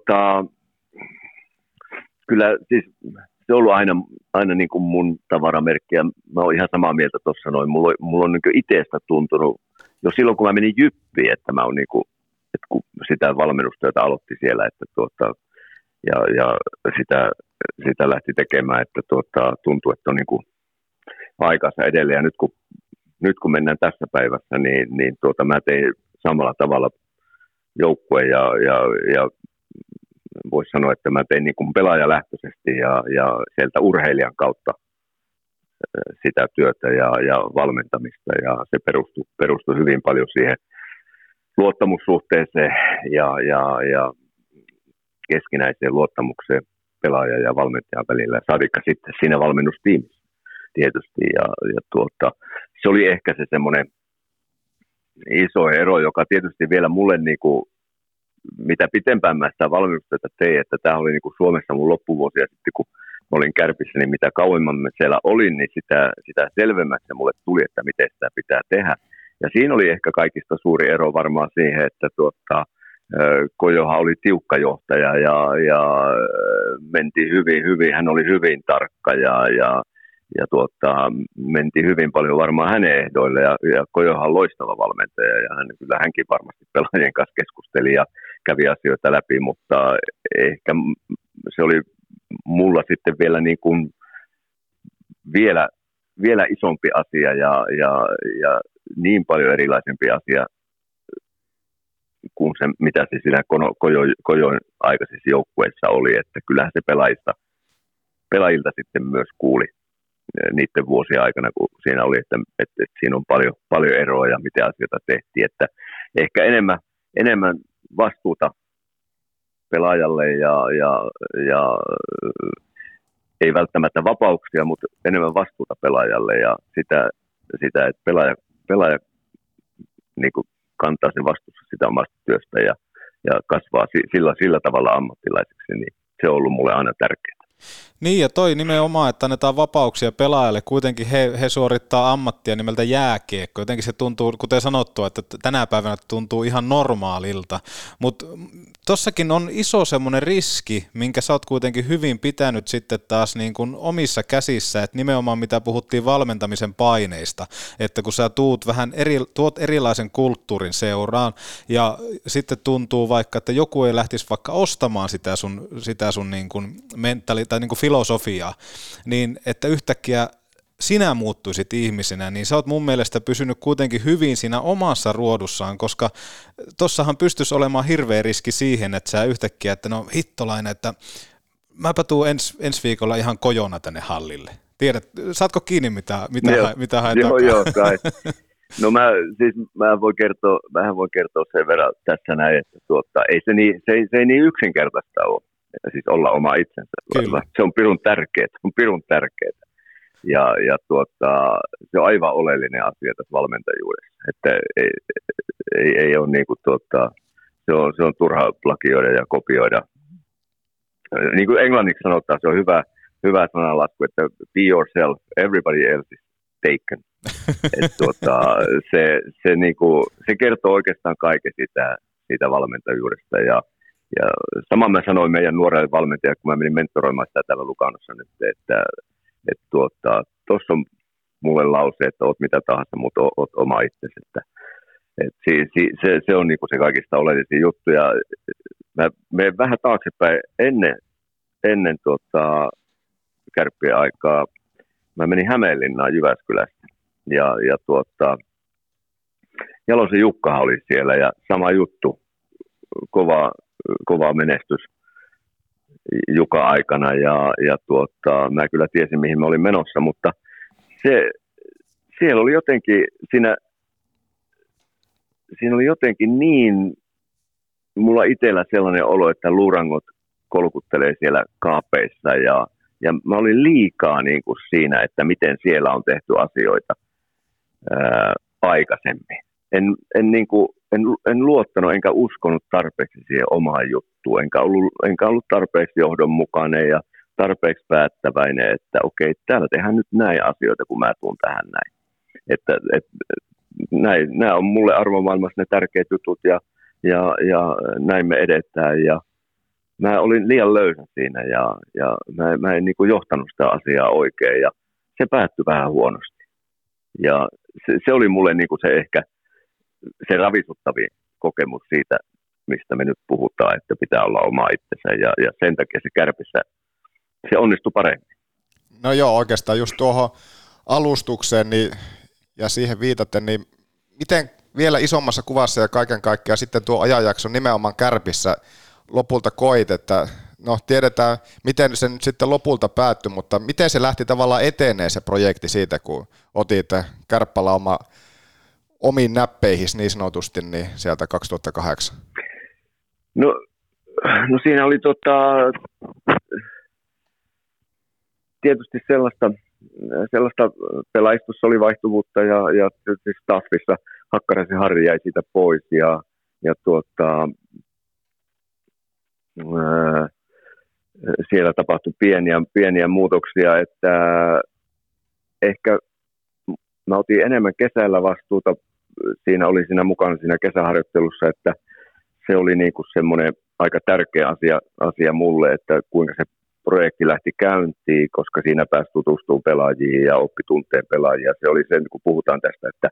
kyllä siis se on ollut aina niin kuin mun tavaramerkki, ja mä oon ihan samaa mieltä tuossa noin. Mulla on niin itsestä tuntunut, jo silloin kun mä menin Jyppiin, että mä oon niin kuin, että kun sitä valmennustyötä aloitti siellä, että ja sitä lähti tekemään, että tuntui, että on niin kuin aikansa edelleen. Ja nyt kun mennään tässä päivässä, niin mä tein samalla tavalla joukkueen ja voisi sanoa, että mä tein niin kuin pelaajalähtöisesti ja sieltä urheilijan kautta sitä työtä ja valmentamista, ja se perustui hyvin paljon siihen luottamussuhteeseen ja keskinäiseen luottamukseen pelaajan ja valmentajan välillä, saadikka sitten siinä valmennustiimissä tietysti, ja se oli ehkä se semmoinen iso ero, joka tietysti vielä mulle niinku, mitä pitempään mä sitä valmennustyötä tein, että tämä oli niinku Suomessa mun loppuvuosia sitten, kun mä olin Kärpissä, niin mitä kauemman mä siellä olin, niin sitä selvemmäksi se mulle tuli, että miten sitä pitää tehdä. Ja siinä oli ehkä kaikista suuri ero varmaan siihen, että Kojohan oli tiukka johtaja ja mentiin hyvin, hän oli hyvin tarkka ja mentiin hyvin paljon varmaan hänen ehdoille ja Kojohan on loistava valmentaja ja hänkin varmasti pelaajien kanssa keskusteli ja kävi asioita läpi, mutta ehkä se oli mulla sitten vielä niin kuin vielä isompi asia ja niin paljon erilaisempi asia kuin se, mitä se siinä Kojon aikaisissa joukkueissa oli, että kyllähän se pelaajilta sitten myös kuuli niiden vuosien aikana, kun siinä oli, että siinä on paljon eroa ja miten asioita tehtiin, että ehkä enemmän vastuuta pelaajalle ja ei välttämättä vapauksia, mutta enemmän vastuuta pelaajalle ja sitä että pelaaja niin kuin kantaa sen vastuussa sitä omasta työstä ja kasvaa sillä tavalla ammattilaiseksi, niin se on ollut mulle aina tärkeää. Niin ja toi nimenomaan, että annetaan vapauksia pelaajalle, kuitenkin he suorittaa ammattia nimeltä jääkiekko, jotenkin se tuntuu, kuten sanottua, että tänä päivänä tuntuu ihan normaalilta, mutta tossakin on iso semmoinen riski, minkä sä oot kuitenkin hyvin pitänyt sitten taas niin kuin omissa käsissä, että nimenomaan mitä puhuttiin valmentamisen paineista, että kun sä tuot erilaisen kulttuurin seuraan ja sitten tuntuu vaikka, että joku ei lähtisi vaikka ostamaan sitä sun niin kuin tai niin kuin filosofiaa, niin että yhtäkkiä sinä muuttuisit ihmisenä, niin sä oot mun mielestä pysynyt kuitenkin hyvin siinä omassa ruodussaan, koska tossahan pystyisi olemaan hirveä riski siihen, että sä yhtäkkiä, että no hittolainen, että mäpä tuun ensi viikolla ihan Kojona tänne hallille. Tiedät, saatko kiinni mitä haet takaa? Joo, kai. No mä voin kertoa sen verran tässä näin, että se ei niin yksinkertaista ole. Siis olla oma itsensä. Kyllä. Se on pirun tärkeää. Ja se on aivan oleellinen asia tässä valmentajuudessa. Että ei ole niin kuin se on turha plagioida ja kopioida. Niin kuin englanniksi sanotaan, se on hyvä sananlasku, että be yourself, everybody else is taken. Se kertoo oikeastaan kaiken siitä valmentajuudesta ja saman mä sanoin meidän nuorelle valmentajalle, kun mä menin mentoroimaan sitä täällä Luganossa nyt, että tuossa on mulle lause, että oot mitä tahansa, mutta oot oma itsesi. Se on niinku se kaikista oleellisin juttu. Ja mä menen vähän taaksepäin ennen Kärppien aikaa. Mä menin Hämeenlinnaan Jyväskylästä ja Jalosen Jukkahan oli siellä ja sama juttu, kova menestys Juka-aikana ja mä kyllä tiesin mihin mä olin menossa, mutta siellä oli jotenkin siinä oli jotenkin niin mulla itsellä sellainen olo, että luurangot kolkuttelee siellä kaapeissa ja mä olin liikaa niin kuin siinä, että miten siellä on tehty asioita aikaisemmin. En luottanut enkä uskonut tarpeeksi siihen omaan juttuun, enkä ollut tarpeeksi johdonmukainen ja tarpeeksi päättäväinen, että okei, täällä tehdään nyt näin asioita, kun mä tuun tähän näin. Että nämä on mulle arvomaailmassa ne tärkeät jutut ja näin me edetään ja mä olin liian löysä siinä ja mä en niin kuin johtanut sitä asiaa oikein ja se päättyi vähän huonosti. Ja se oli mulle niin kuin se ehkä se ravisuttavin kokemus siitä, mistä me nyt puhutaan, että pitää olla oma itsensä ja sen takia se Kärpissä, se onnistui paremmin. No joo, oikeastaan just tuohon alustukseen niin, ja siihen viitaten, niin miten vielä isommassa kuvassa ja kaiken kaikkiaan sitten tuo ajanjakso nimenomaan Kärpissä lopulta koit, että no tiedetään, miten se nyt sitten lopulta päättyi, mutta miten se lähti tavallaan etenee se projekti siitä, kun otit Kärppälauma omiin näppeihin niin sanotusti niin sieltä 2008? No siinä oli tietysti sellaista pelaistussa oli vaihtuvuutta ja staffissa Hakkaraisen Harri jäi siitä pois ja siellä tapahtui pieniä muutoksia, että ehkä mä otin enemmän kesällä vastuuta, siinä oli siinä mukana siinä kesäharjoittelussa, että se oli niin kuin semmoinen aika tärkeä asia mulle, että kuinka se projekti lähti käyntiin, koska siinä pääsi tutustumaan pelaajiin ja oppi tunteen pelaajia. Se oli se, kun puhutaan tästä, että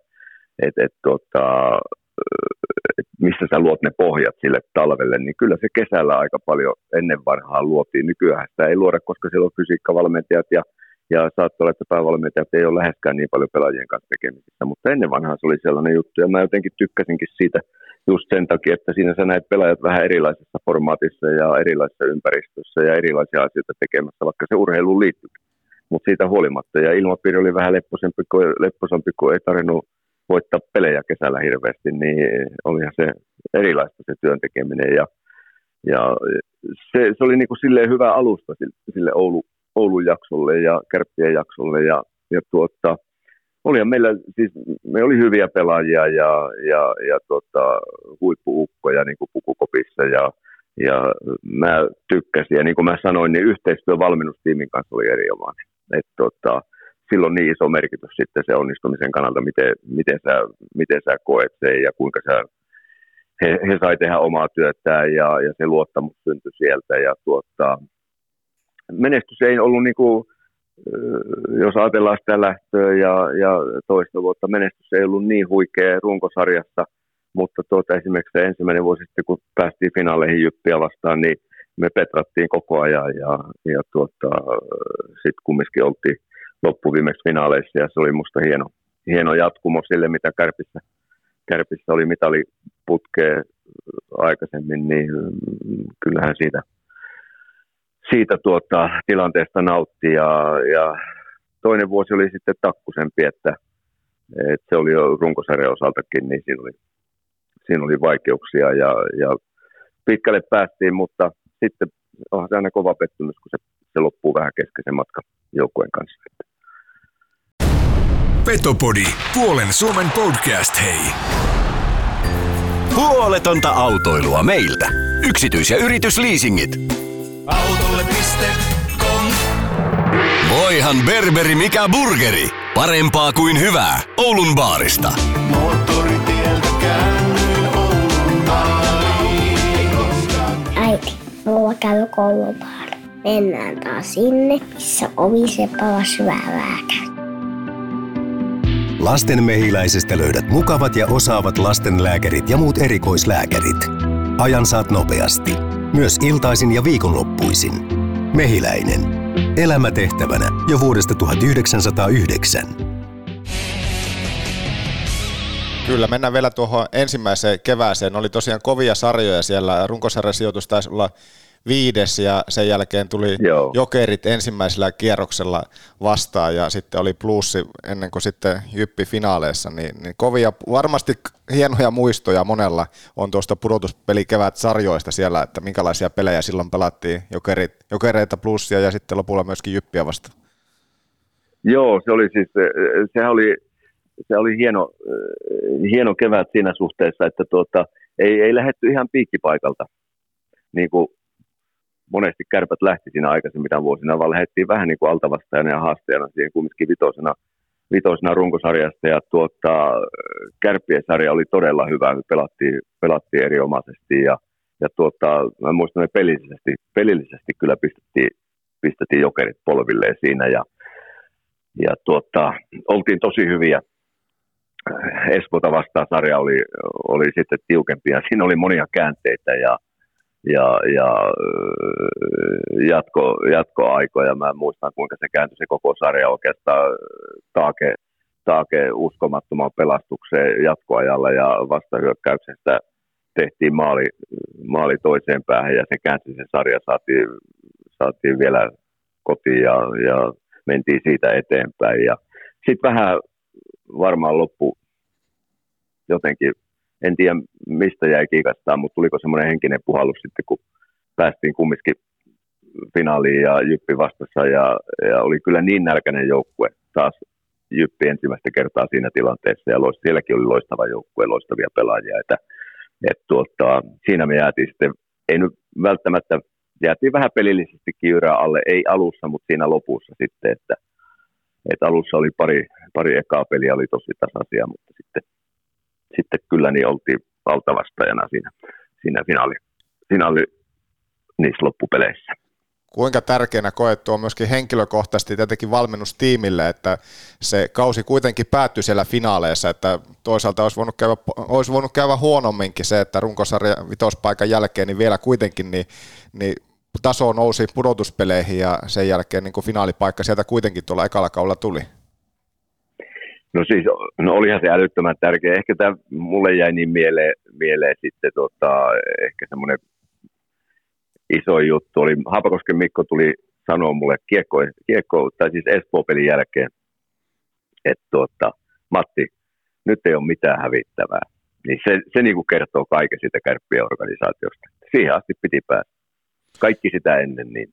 missä sä luot ne pohjat sille talvelle, niin kyllä se kesällä aika paljon ennen vanhaan luotiin. Nykyään sitä ei luoda, koska siellä on fysiikkavalmentajat ja saattoi olla, että päävalmentajat ei ole läheskään niin paljon pelaajien kanssa tekemisissä, mutta ennen vanhaan se oli sellainen juttu, ja mä jotenkin tykkäsinkin siitä just sen takia, että siinä sä näet pelaajat vähän erilaisessa formaatissa ja erilaisessa ympäristössä ja erilaisia asioita tekemässä, vaikka se urheiluun liittyy. Mutta siitä huolimatta, ja ilmapiiri oli vähän lepposampi, kun ei tarvinnut voittaa pelejä kesällä hirveästi, niin olihan se erilaista se työn tekeminen, ja se oli niin kuin silleen hyvä alusta sille Oulun jaksolle ja Kärppien jaksolle, ja olihan meillä, siis me oli hyviä pelaajia ja huippuukkoja niin kuin pukukopissa, ja mä tykkäsin, ja niin kuin mä sanoin, niin yhteistyö valmennustiimin kanssa oli erinomainen. Sillä on niin iso merkitys sitten se onnistumisen kannalta, miten sä koet sen ja kuinka he sai tehdä omaa työtään ja se luottamus syntyi sieltä. Ja menestys ei ollut, niin kuin, jos ajatellaan sitä lähtöä ja toista vuotta, menestys ei ollut niin huikea runkosarjassa, mutta esimerkiksi se ensimmäinen vuosi sitten, kun päästiin finaaleihin Jyppiä vastaan, niin me petrattiin koko ajan ja sitten kumminkin oltiin loppuviimeksi finaaleissa, ja se oli musta hieno jatkumo sille, mitä Kärpissä oli mitaliputkea aikaisemmin, niin kyllähän siitä tilanteesta nautti, ja toinen vuosi oli sitten takkusempi, että se oli jo runkosarjan osaltakin, niin siinä oli vaikeuksia, ja pitkälle päästiin, mutta sitten onhan se aina kova pettymys, kun se loppuu vähän keskeisen matkan joukkueen kanssa. Petopodi, puolen Suomen podcast, hei. Huoletonta autoilua meiltä. Yksityis- ja yritysleasingit. Autolle.com. Voihan berberi mikä burgeri. Parempaa kuin hyvää. Oulun baarista. Moottoritieltä käännyin Oulun baariin. Äiti, mulla käy koulubaari. Mennään taas sinne, missä oviseppala syvää lääkäri. Lastenmehiläisestä löydät mukavat ja osaavat lastenlääkärit ja muut erikoislääkärit. Ajan saat nopeasti. Myös iltaisin ja viikonloppuisin. Mehiläinen. Elämä tehtävänä jo vuodesta 1909. Kyllä, mennään vielä tuohon ensimmäiseen kevääseen. Oli tosiaan kovia sarjoja siellä. Runkosarjan sijoitus taisi olla 5. ja sen jälkeen tuli Jokerit ensimmäisellä kierroksella vastaan ja sitten oli plussi ennen kuin sitten Jyppi finaaleissa, niin kovia, varmasti hienoja muistoja monella on tuosta pudotuspelikevät sarjoista siellä, että minkälaisia pelejä silloin pelattiin, Jokereita plussia ja sitten lopulla myöskin Jyppiä vastaan. Joo, se oli siis, se oli hieno kevät siinä suhteessa, että ei lähdetty ihan piikkipaikalta, niin kuin monesti Kärpät lähti siinä aikaisemmina vuosina, vaan lähdettiin vähän niin kuin altavastajana ja haastajana siihen kumminkin vitosena runkosarjasta, ja Kärppien sarja oli todella hyvä, me pelattiin erinomaisesti, ja mä muistan, että pelillisesti kyllä pistettiin Jokerit polvilleen siinä, ja oltiin tosi hyviä. Espoota vastaan sarja oli sitten tiukempi, ja siinä oli monia käänteitä, ja jatkoaikoja. Mä muistan, kuinka se kääntyi se koko sarja oikeastaan taake uskomattoman pelastukseen jatkoajalla, ja vastahyökkäyksestä tehtiin maali toiseen päähän, ja se käänsi se sarja, saatiin vielä kotiin ja mentiin siitä eteenpäin. Ja sitten vähän varmaan loppu jotenkin, en tiedä mistä jäi kiikastaan, mutta tuliko semmoinen henkinen puhallus sitten, kun päästiin kumminkin finaaliin ja Jyppi vastassa, ja oli kyllä niin nälkäinen joukkue taas Jyppi ensimmäistä kertaa siinä tilanteessa, ja sielläkin oli loistava joukkue, loistavia pelaajia, että siinä me jäätiin sitten, ei nyt välttämättä, jäätiin vähän pelillisesti kiyrää alle, ei alussa, mutta siinä lopussa sitten, että alussa oli pari ekaa peliä, oli tosi tasaisia, mutta sitten kyllä niin oltiin valtavastajana siinä siinä finaali niissä loppupeleissä. Kuinka tärkeänä koet tuo myöskin henkilökohtaisesti tietenkin valmennustiimille, että se kausi kuitenkin päättyi siellä finaaleissa, että toisaalta olisi voinut käydä huonomminkin se, että runkosarja vitospaikan jälkeen niin vielä kuitenkin niin taso nousi pudotuspeleihin ja sen jälkeen niin kuin finaalipaikka sieltä kuitenkin tuolla ekalla kaudella tuli. No siis, olihan se älyttömän tärkeä. Ehkä tämä mulle jäi niin mieleen sitten ehkä semmoinen iso juttu oli, Haapakosken Mikko tuli sanoa mulle kiekko tai siis Espoo-pelin jälkeen, että Matti, nyt ei ole mitään hävittävää. Niin se niin kuin kertoo kaiken siitä Kärppien organisaatiosta. Siihen asti piti päästä. Kaikki sitä ennen, niin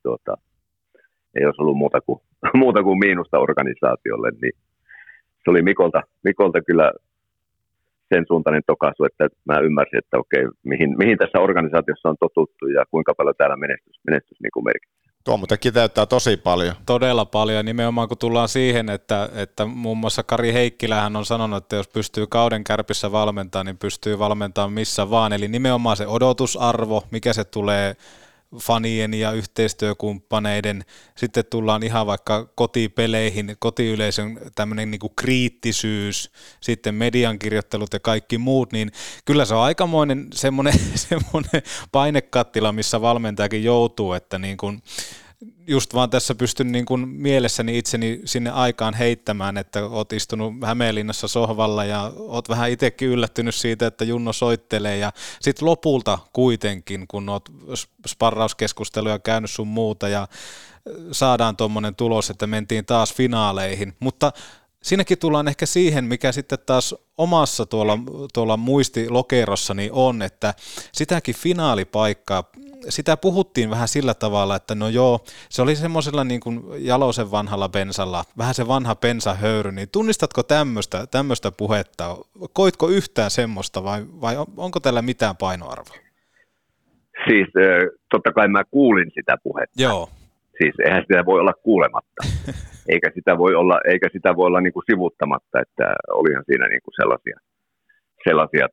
ei olisi ollut muuta kuin miinusta organisaatiolle, niin se oli Mikolta kyllä sen suuntainen tokaisu, että mä ymmärsin, että okei, mihin tässä organisaatiossa on totuttu ja kuinka paljon täällä menestys niin kuin merkitsee. Tuo muuten kiteyttää tosi paljon. Todella paljon, nimenomaan kun tullaan siihen, että muun muassa Kari Heikkilähän on sanonut, että jos pystyy kauden Kärpissä valmentamaan, niin pystyy valmentamaan missä vaan, eli nimenomaan se odotusarvo, mikä se tulee fanien ja yhteistyökumppaneiden, sitten tullaan ihan vaikka kotipeleihin, kotiyleisön tämmöinen niin kuin kriittisyys, sitten median kirjoittelut ja kaikki muut, niin kyllä se on aikamoinen semmoinen painekattila, missä valmentajakin joutuu, että niin kuin just vaan tässä pystyn niin kuin mielessäni itseni sinne aikaan heittämään, että oot istunut Hämeenlinnassa sohvalla ja oot vähän itsekin yllättynyt siitä, että Junno soittelee ja sitten lopulta kuitenkin, kun oot sparrauskeskusteluja käynyt sun muuta ja saadaan tuommoinen tulos, että mentiin taas finaaleihin, mutta siinäkin tullaan ehkä siihen, mikä sitten taas omassa tuolla muistilokerossani on, että sitäkin finaalipaikkaa, sitä puhuttiin vähän sillä tavalla, että no joo, se oli semmoisella niin kuin Jalosen vanhalla bensalla, vähän se vanha bensahöyry, niin tunnistatko tämmöistä puhetta? Koitko yhtään semmoista vai onko tällä mitään painoarvoa? Siis totta kai mä kuulin sitä puhetta. Joo. Siis eihän sitä voi olla kuulematta, eikä sitä voi olla niin kuin sivuuttamatta, että olihan siinä niin kuin sellaisia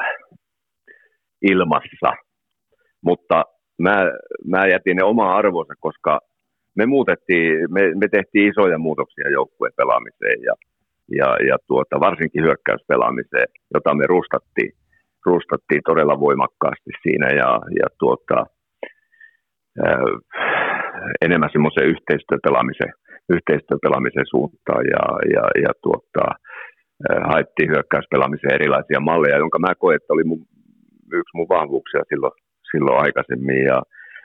ilmassa. Mutta mä jätin ne omaa arvoonsa, koska me tehtiin isoja muutoksia joukkueen pelaamiseen ja varsinkin hyökkäyspelaamiseen, jota me rustattiin todella voimakkaasti siinä ja enemmän semmoisen yhteistyöpelaamisen suuntaan ja haettiin hyökkäyspelaamiseen erilaisia malleja, jonka mä koen, että oli yksi mun vahvuuksia silloin aikaisemmin ja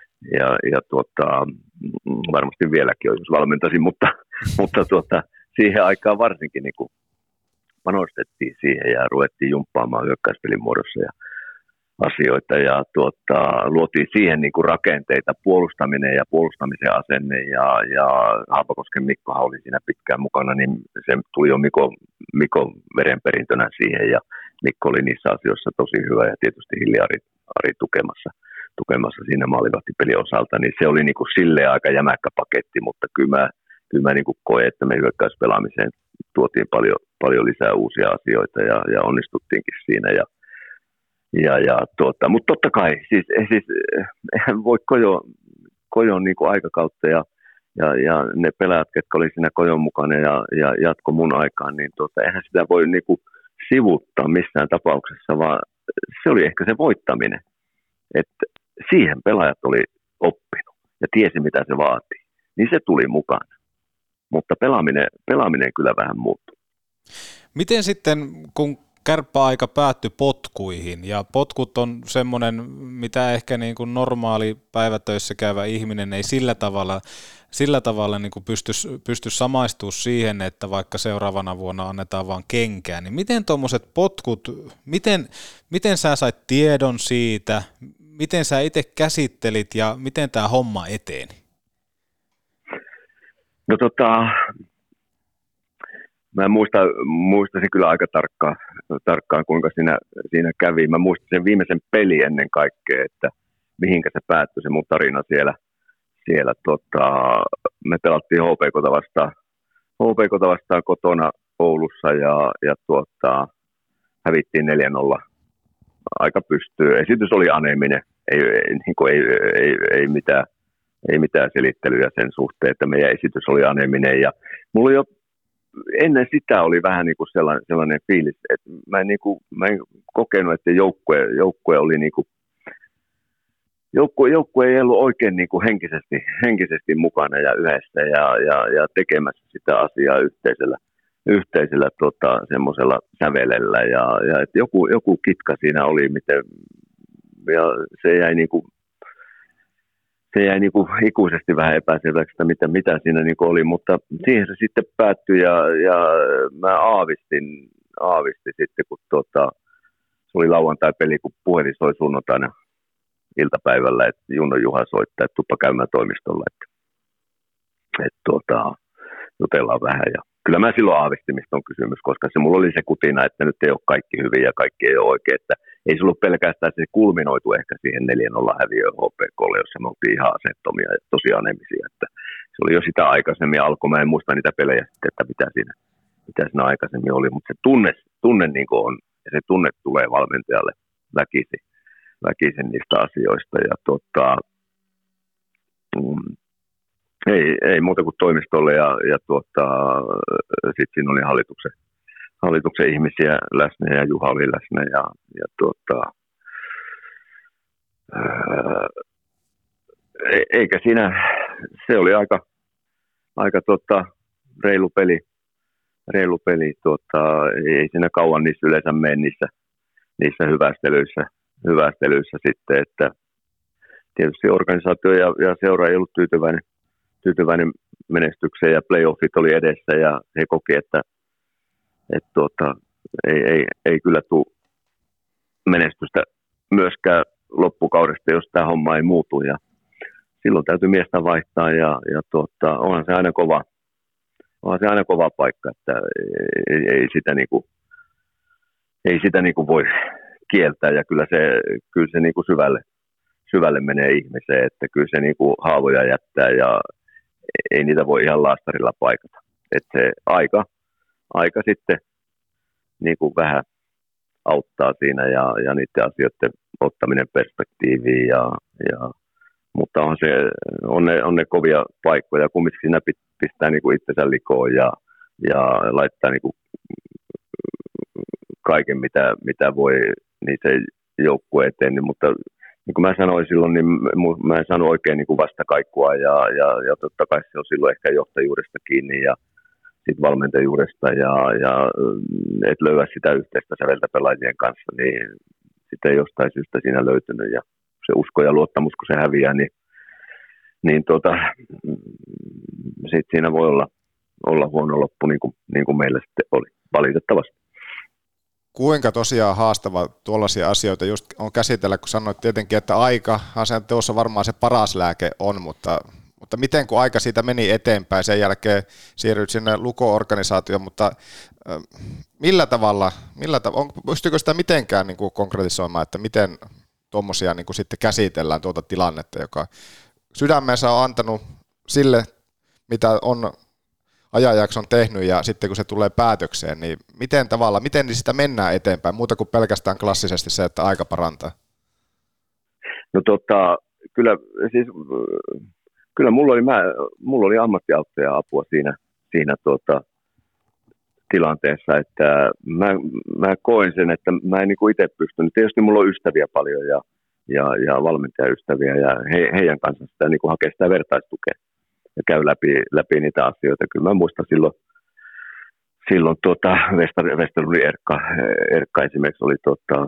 varmasti vieläkin, jos valmentaisin, mutta siihen aikaan varsinkin niin kuin panostettiin siihen ja ruvettiin jumppaamaan hyökkäyspelin muodossa ja asioita ja luotiin siihen niin kuin rakenteita, puolustaminen ja puolustamisen asenne ja Haapakosken Mikkohan oli siinä pitkään mukana, niin se tuli jo Mikon verenperintönä siihen ja Mikko oli niissä asioissa tosi hyvä ja tietysti Hilli Ari tukemassa siinä maalivahtipelin osalta, niin se oli niin kuin silleen aika jämäkkä paketti, mutta kyllä mä niin kuin koen, että me hyökkäyspelaamiseen tuotiin paljon lisää uusia asioita ja onnistuttiinkin siinä mutta totta kai, siis eihän voi Kojon niin kuin aikakautta ja ne pelaajat, ketkä oli siinä Kojon mukana ja jatko mun aikaan, niin eihän sitä voi niin kuin sivuuttaa missään tapauksessa, vaan se oli ehkä se voittaminen, että siihen pelaajat oli oppinut ja tiesi mitä se vaatii, niin se tuli mukana, mutta pelaaminen kyllä vähän muuttui. Miten sitten, kun kärppäaika päättyi potkuihin, ja potkut on semmoinen, mitä ehkä niin kuin normaali päivätöissä käyvä ihminen ei sillä tavalla niin kuin pysty samaistumaan siihen, että vaikka seuraavana vuonna annetaan vaan kenkää, niin miten tuommoiset potkut, miten sä sait tiedon siitä, miten sä itse käsittelit ja miten tämä homma eteni? No mä muistasin kyllä aika tarkkaan, kuinka siinä kävi. Mä muistin sen viimeisen peli ennen kaikkea, että mihinkä se päättyi se mun tarina siellä me pelattiin HPK:ta vastaan kotona Oulussa ja hävittiin 4-0 aika pystyy. Esitys oli aneeminen, ei mitään selittelyjä sen suhteen, että meidän esitys oli aneeminen. Ja mulla jo ennen sitä oli vähän niin kuin sellainen fiilis, että mä en kokenut, että joukkue oli niin kuin, joukkue ei ollut oikein niin kuin henkisesti mukana ja yhdessä ja tekemässä sitä asiaa yhteisellä semmoisella sävelellä ja että joku kitka siinä oli, ja se jäi niinku ikuisesti vähän epäselväksi, että mitä siinä niinku oli, mutta siihen se sitten päättyi ja mä aavistin sitten, kun se oli lauantai-peli, kun puhelin soi sunnuntaina iltapäivällä, että Junno Juha soittaa, että tuppa käymään toimistolla, että jutellaan vähän. Ja kyllä mä silloin aavistin, mistä on kysymys, koska se mulla oli se kutina, että nyt ei ole kaikki hyvin ja kaikki ei ole oikein, että ei se ollut pelkästään, se kulminoitu ehkä siihen 4-0 häviöön HPK:lle, jossa me oltiin ihan asettomia ja tosi anemisia, että se oli jo sitä aikaisemmin alkoi, mä en muista niitä pelejä sitten, että mitä siinä aikaisemmin oli, mutta se tunne niin kuin on, ja se tunne tulee valmentajalle väkisin niistä asioista, ja ei muuta kuin toimistolle, ja sitten siinä oli hallituksen ihmisiä läsnä, ja Juha oli läsnä, eikä siinä, se oli aika reilu peli, ei siinä kauan niissä yleensä mene niissä hyvästelyissä sitten, että tietysti organisaatio ja seura ei ollut tyytyväinen menestykseen ja playoffit oli edessä ja he koki, että ei kyllä tule menestystä myöskään loppukaudesta, jos tämä homma ei muutu ja silloin täytyy miestä vaihtaa ja onhan se aina kova paikka, että ei sitä niinku voi kieltää ja kyllä se niinku syvälle menee ihmiseen, että kyllä se niinku haavoja jättää ja ei niitä voi ihan laastarilla paikata. Että se aika sitten niinku vähän auttaa siinä ja niiden asioiden ottaminen perspektiiviin mutta on ne kovia paikkoja, kumminkin siinä pistää niinku itsensä likoon ja laittaa niinku kaiken, mitä voi niiden joukkueen eteen, niin, mutta niin kuin mä sanoin silloin, niin mä en saanut oikein niin kuin vastakaikua ja totta kai se on silloin ehkä johtajuudesta kiinni ja sitten valmentajuudesta ja et löyä sitä yhteistä säveltä pelaajien kanssa, niin sitä ei jostain syystä siinä löytynyt ja se usko ja luottamus, kun se häviää, niin sitten siinä voi olla huono loppu, niin kuin meillä sitten oli, valitettavasti. Kuinka tosiaan haastava tuollaisia asioita just on käsitellä, kun sanoit tietenkin, että aikahan sen teossa varmaan se paras lääke on, mutta miten kun aika siitä meni eteenpäin, sen jälkeen siirryit sinne Luko-organisaatioon, mutta millä tavalla pystyykö sitä mitenkään niin kuin konkretisoimaan, että miten tuommoisia niin kuin sitten käsitellään tuota tilannetta, joka sydämensä on antanut sille, mitä on ajanjakson tehnyt ja sitten kun se tulee päätökseen, niin miten sitä mennään eteenpäin, muuta kuin pelkästään klassisesti se, että aika parantaa? No kyllä mulla oli ammattiauttaja apua siinä tilanteessa, että mä koin sen, että mä en niinku itse pystynyt. Tietysti mulla on ystäviä paljon ja valmentajaystäviä ja heidän kanssa sitä niinku hakee sitä vertaistukea ja käy läpi niitä asioita. Kyllä mä muistan silloin Westerlundin Erkka esimerkiksi oli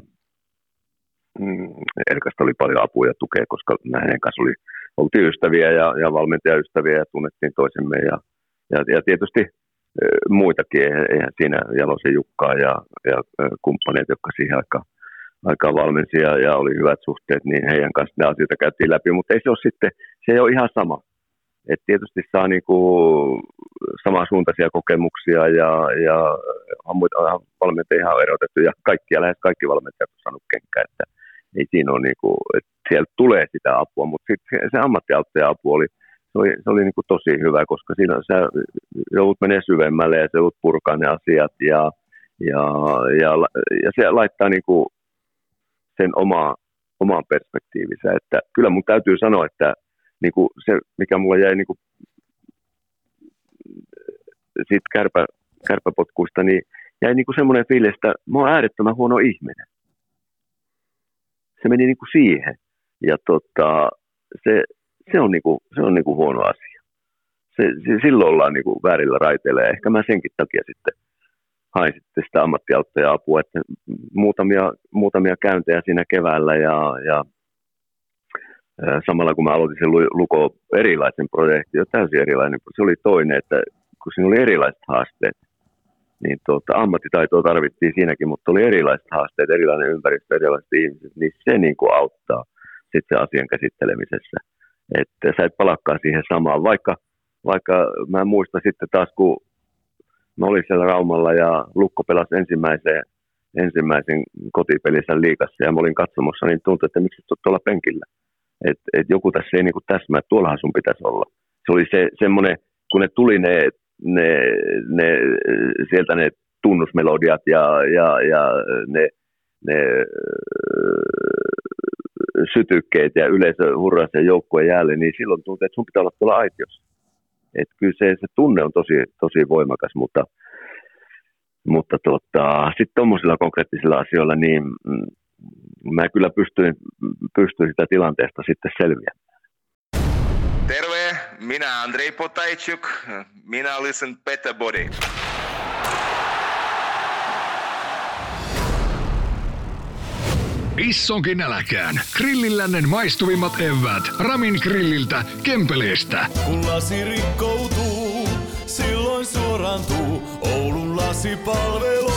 Erkasta oli paljon apua ja tukea, koska hänen kanssa oltiin ystäviä ja valmentajaystäviä ja tunnettiin toisemme ja tietysti muitakin, eihän siinä Jalosen Jukkaa ja kumppaneet, jotka siihen aikaan valmensi ja oli hyvät suhteet, niin heidän kanssa ne asioita käytiin läpi, mutta se ei ole ihan sama. Et tietysti saa niinku samansuuntaisia kokemuksia ja valmentajia ihan erotettu ja lähes kaikki valmentajat on saanut kenkää, että ei siinä ole niinku, että sieltä tulee sitä apua, mutta sitten se ammattiauttaja apu se oli niinku tosi hyvä, koska siinä sä joudut menee syvemmälle ja sä joudut purkaa ne asiat ja se laittaa niinku sen omaan perspektiivinsä. Että kyllä mun täytyy sanoa, että niin kuin se, mikä mulla jäi niin kuin siitä kärpäpotkuista, niin jäi niin kuin semmoinen fiilis, että mä oon äärettömän huono ihminen. Se meni niin kuin siihen. Ja se on niin kuin huono asia. Silloin ollaan niin kuin väärillä raiteilla, ja ehkä mä senkin takia sitten hain sitten sitä ammattiauttaja-apua, että muutamia käyntejä siinä keväällä, ja samalla kun mä aloitin sen Luko erilaisen projektin, jo täysin erilainen, se oli toinen, että kun siinä oli erilaiset haasteet, niin ammattitaitoa tarvittiin siinäkin, mutta oli erilaiset haasteet, erilainen ympäristö, erilaiset ihmiset, niin se niin kuin auttaa sitten se asian käsittelemisessä. Että sä et palakkaa siihen samaan, vaikka mä muistan sitten taas, kun mä olin siellä Raumalla ja Lukko pelasi ensimmäisen kotipelissä liigassa ja mä olin katsomassa, niin tuntui, että miksi et tuolla penkillä. Et joku tässä ei niinku täsmää, että tuollahan sun pitäisi olla. Se oli semmoinen, kun ne tuli sieltä ne tunnusmelodiat ja ne sytykkeet ja yleisö hurrasi ja joukkueen jälleen, niin silloin tuntui, että sun pitää olla tuolla aitiossa. Että kyllä se tunne on tosi voimakas, mutta sitten tuommoisilla konkreettisilla asioilla, niin mä kyllä pystyin sitä tilanteesta sitten selviämään. Terve, minä Andrei Potaichuk, minä listen Better Body. Issonkin äläkään. Grillillännen maistuvimmat eväät. Ramin grilliltä Kempeleestä. Kun lasi rikkoutuu, silloin suorantuu Oulun lasipalvelu.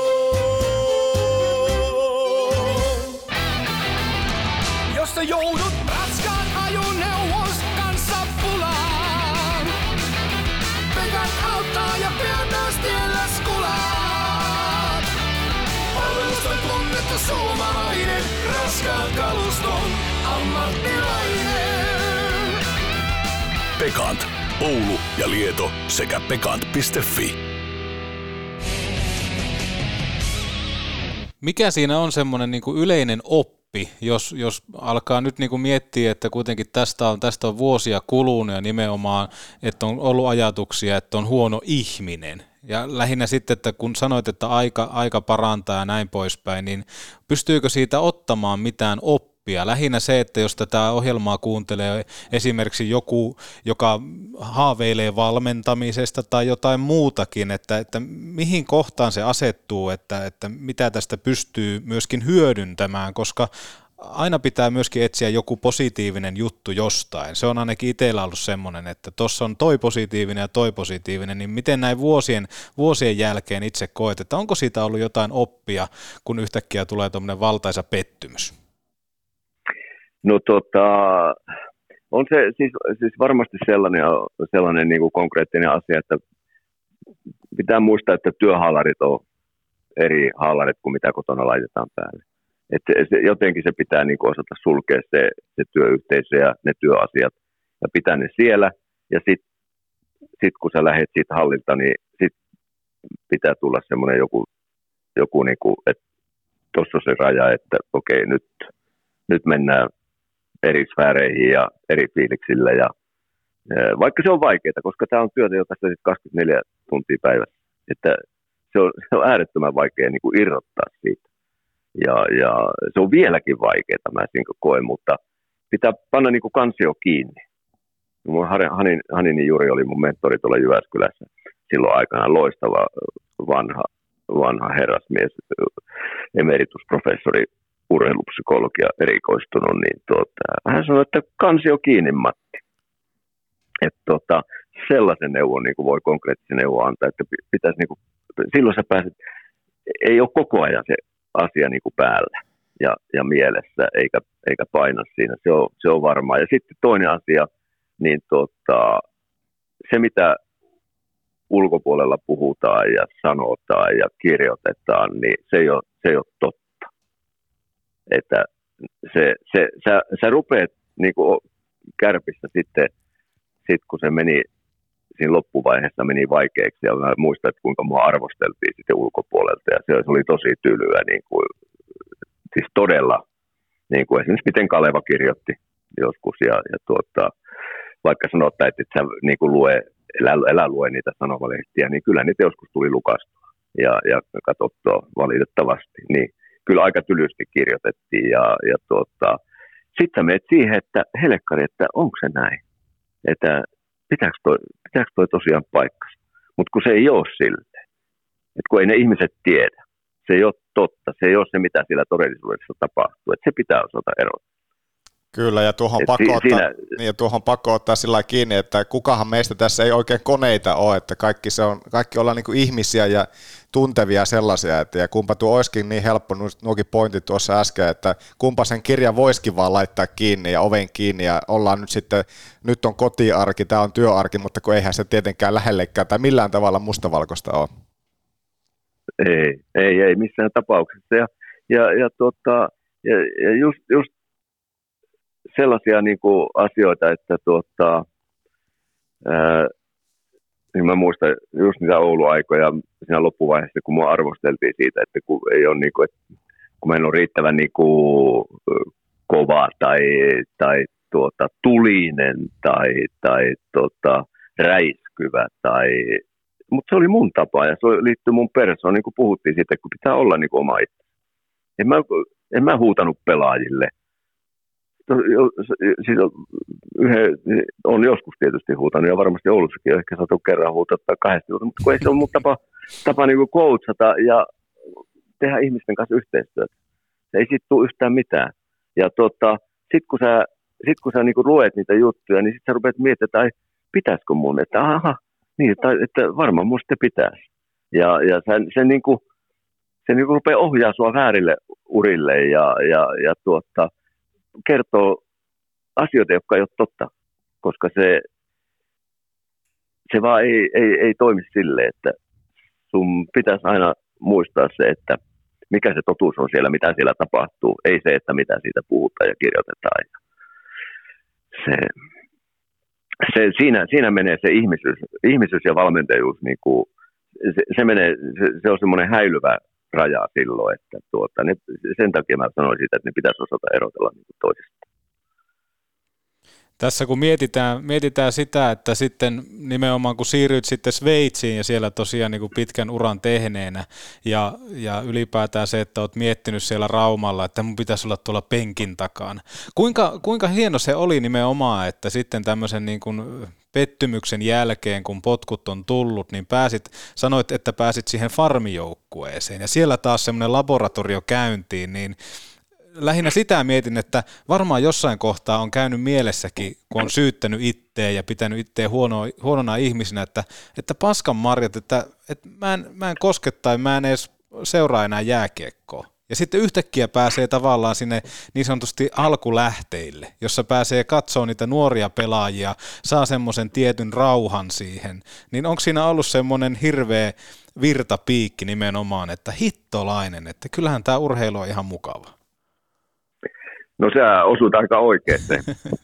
Jos sä joudut raskaan ajoneuvos kanssa pulaan, Pekan auttaa ja pian taas tiellä skulaat. Palvelusta on tunnettu suomalainen, raskaan kaluston ammattilainen. Pekant. Oulu ja Lieto sekä pekant.fi. Mikä siinä on semmoinen niin kuin yleinen oppi, jos alkaa nyt niin kuin miettiä, että kuitenkin tästä on vuosia kulunut ja nimenomaan, että on ollut ajatuksia, että on huono ihminen. Ja lähinnä sitten, että kun sanoit, että aika parantaa ja näin poispäin, niin pystyykö siitä ottamaan mitään oppia? Lähinnä se, että jos tätä ohjelmaa kuuntelee esimerkiksi joku, joka haaveilee valmentamisesta tai jotain muutakin, että mihin kohtaan se asettuu, että mitä tästä pystyy myöskin hyödyntämään, koska aina pitää myöskin etsiä joku positiivinen juttu jostain. Se on ainakin itsellä ollut semmoinen, että tuossa on toi positiivinen, niin miten näin vuosien jälkeen itse koet, että onko siitä ollut jotain oppia, kun yhtäkkiä tulee tuommoinen valtaisa pettymys? No on se siis varmasti sellainen niin kuin konkreettinen asia, että pitää muistaa, että työhaalarit on eri haalarit kuin mitä kotona laitetaan päälle. Että jotenkin se pitää niin kuin osata sulkea se työyhteisö ja ne työasiat ja pitää ne siellä. Ja sit kun sä lähdet siitä hallilta, niin sit pitää tulla semmoinen joku niin kuin, että tuossa on se raja, että okei, nyt mennään eri sfääreihin ja eri fiiliksillä. Ja, vaikka se on vaikeaa, koska tämä on työtä, jota sitä 24 tuntia päivässä. Että se on äärettömän vaikea niin kuin irrottaa siitä. Ja se on vieläkin vaikeaa, mä sen koen, mutta pitää panna niin kuin kansio kiinni. Hanini Juri oli mun mentori tuolla Jyväskylässä silloin aikana, loistava vanha herrasmies, emeritusprofessori, urheilupsykologia erikoistunut, niin hän sanoi, että kansio kiinni, Matti. Että sellaisen neuvon niin kuin voi konkreettisen neuvon antaa, että pitäisi niin kuin, silloin sä pääset, ei ole koko ajan se asia niin kuin päällä ja mielessä, eikä paina siinä, se on varmaa. Ja sitten toinen asia, niin se mitä ulkopuolella puhutaan ja sanotaan ja kirjoitetaan, niin se ei ole totta. Että sä rupeat niin kuin Kärpissä sitten kun se meni, siinä loppuvaiheessa meni vaikeaksi, ja mä muistan, että kuinka mua arvosteltiin sitten ulkopuolelta, ja se oli tosi tylyä, niin kuin, Siis todella, niin kuin esimerkiksi miten Kaleva kirjoitti joskus, ja vaikka sanotaan, että et sä niin kuin älä lue niitä sanomalehtiä, niin kyllä niitä joskus tuli lukastua ja katsottua valitettavasti. Niin kyllä aika tylysti kirjoitettiin, ja sitten sä menet siihen, että helkkari, että onko se näin, että pitääkö toi tosiaan paikkansa, mutta kun se ei ole silleen, että kun ei ne ihmiset tiedä, se ei ole totta, se ei ole se, mitä siellä todellisuudessa tapahtuu, että se pitää osata erota. Kyllä, ja tuohon pakko ottaa sillä kiinni, että kukahan meistä tässä ei oikein koneita ole, että kaikki ollaan niin kuin ihmisiä ja tuntevia sellaisia, että ja kumpa tuo olisikin niin helppo, nuokin pointit tuossa äsken, että kumpa sen kirjan voisikin vaan laittaa kiinni ja oven kiinni ja ollaan nyt sitten, nyt on kotiarki, tämä on työarki, mutta kun eihän se tietenkään lähellekään tai millään tavalla mustavalkoista ole. Ei missään tapauksessa. Ja just sellaisia niin kuin asioita, että niin mä muistan just niitä Oulu-aikoja siinä loppuvaiheessa, kun mua arvosteltiin siitä, että kun ei ole niin kuin, kun mä en ole riittävän niin kuin kova tai tulinen tai räiskyvä mutta se oli mun tapa ja se liittyy mun persoon, niin kuin puhuttiin siitä, kun pitää olla niin kuin oma itse. En mä huutanut pelaajille. Siis on joskus tietysti huutanut ja varmasti Oulussakin on ehkä saatu kerran huutattaa 2 minuuttia, mutta kun ei se ole mun tapa niin kuin coachata ja tehdä ihmisten kanssa yhteistyötä. Ei siitä tule yhtään mitään. Ja sit kun sä niin kuin luet niitä juttuja, niin sit sä rupeat miettimään, että pitäisikö mun, että niin, että varmaan mun sitten pitäisi. Ja se niin kuin rupeaa ohjaa sua väärille urille ja kertoo asioita, jotka ei ole totta, koska se vaan ei toimi silleen, että sun pitäisi aina muistaa se, että mikä se totuus on siellä, mitä siellä tapahtuu, ei se, että mitä siitä puhutaan ja kirjoitetaan. Siinä menee se ihmisyys ja valmentajuus, niin kuin, se on semmoinen häilyvä raja silloin, että sen takia mä sanoin siitä, että ne pitäisi osata erotella niin kuin toisistaan. Tässä kun mietitään sitä, että sitten nimenomaan kun siirryt sitten Sveitsiin ja siellä tosiaan niin kuin pitkän uran tehneenä ja ylipäätään se, että olet miettinyt siellä Raumalla, että mun pitäisi olla tuolla penkin takana. Kuinka hieno se oli nimenomaan, että sitten tämmöisen niin kuin pettymyksen jälkeen, kun potkut on tullut, niin sanoit, että pääsit siihen farmijoukkueeseen ja siellä taas semmoinen laboratorio käyntiin, niin lähinnä sitä mietin, että varmaan jossain kohtaa on käynyt mielessäkin, kun on syyttänyt itteen ja pitänyt itteen huonona ihmisenä, että paskan marjat, että mä en koske tai mä en edes seuraa enää jääkiekkoa. Ja sitten yhtäkkiä pääsee tavallaan sinne niin sanotusti alkulähteille, jossa pääsee katsoa niitä nuoria pelaajia, saa semmoisen tietyn rauhan siihen. Niin onko siinä ollut semmoinen hirveä virtapiikki nimenomaan, että hittolainen, että kyllähän tämä urheilu on ihan mukava. No sä osut aika oikeeseen.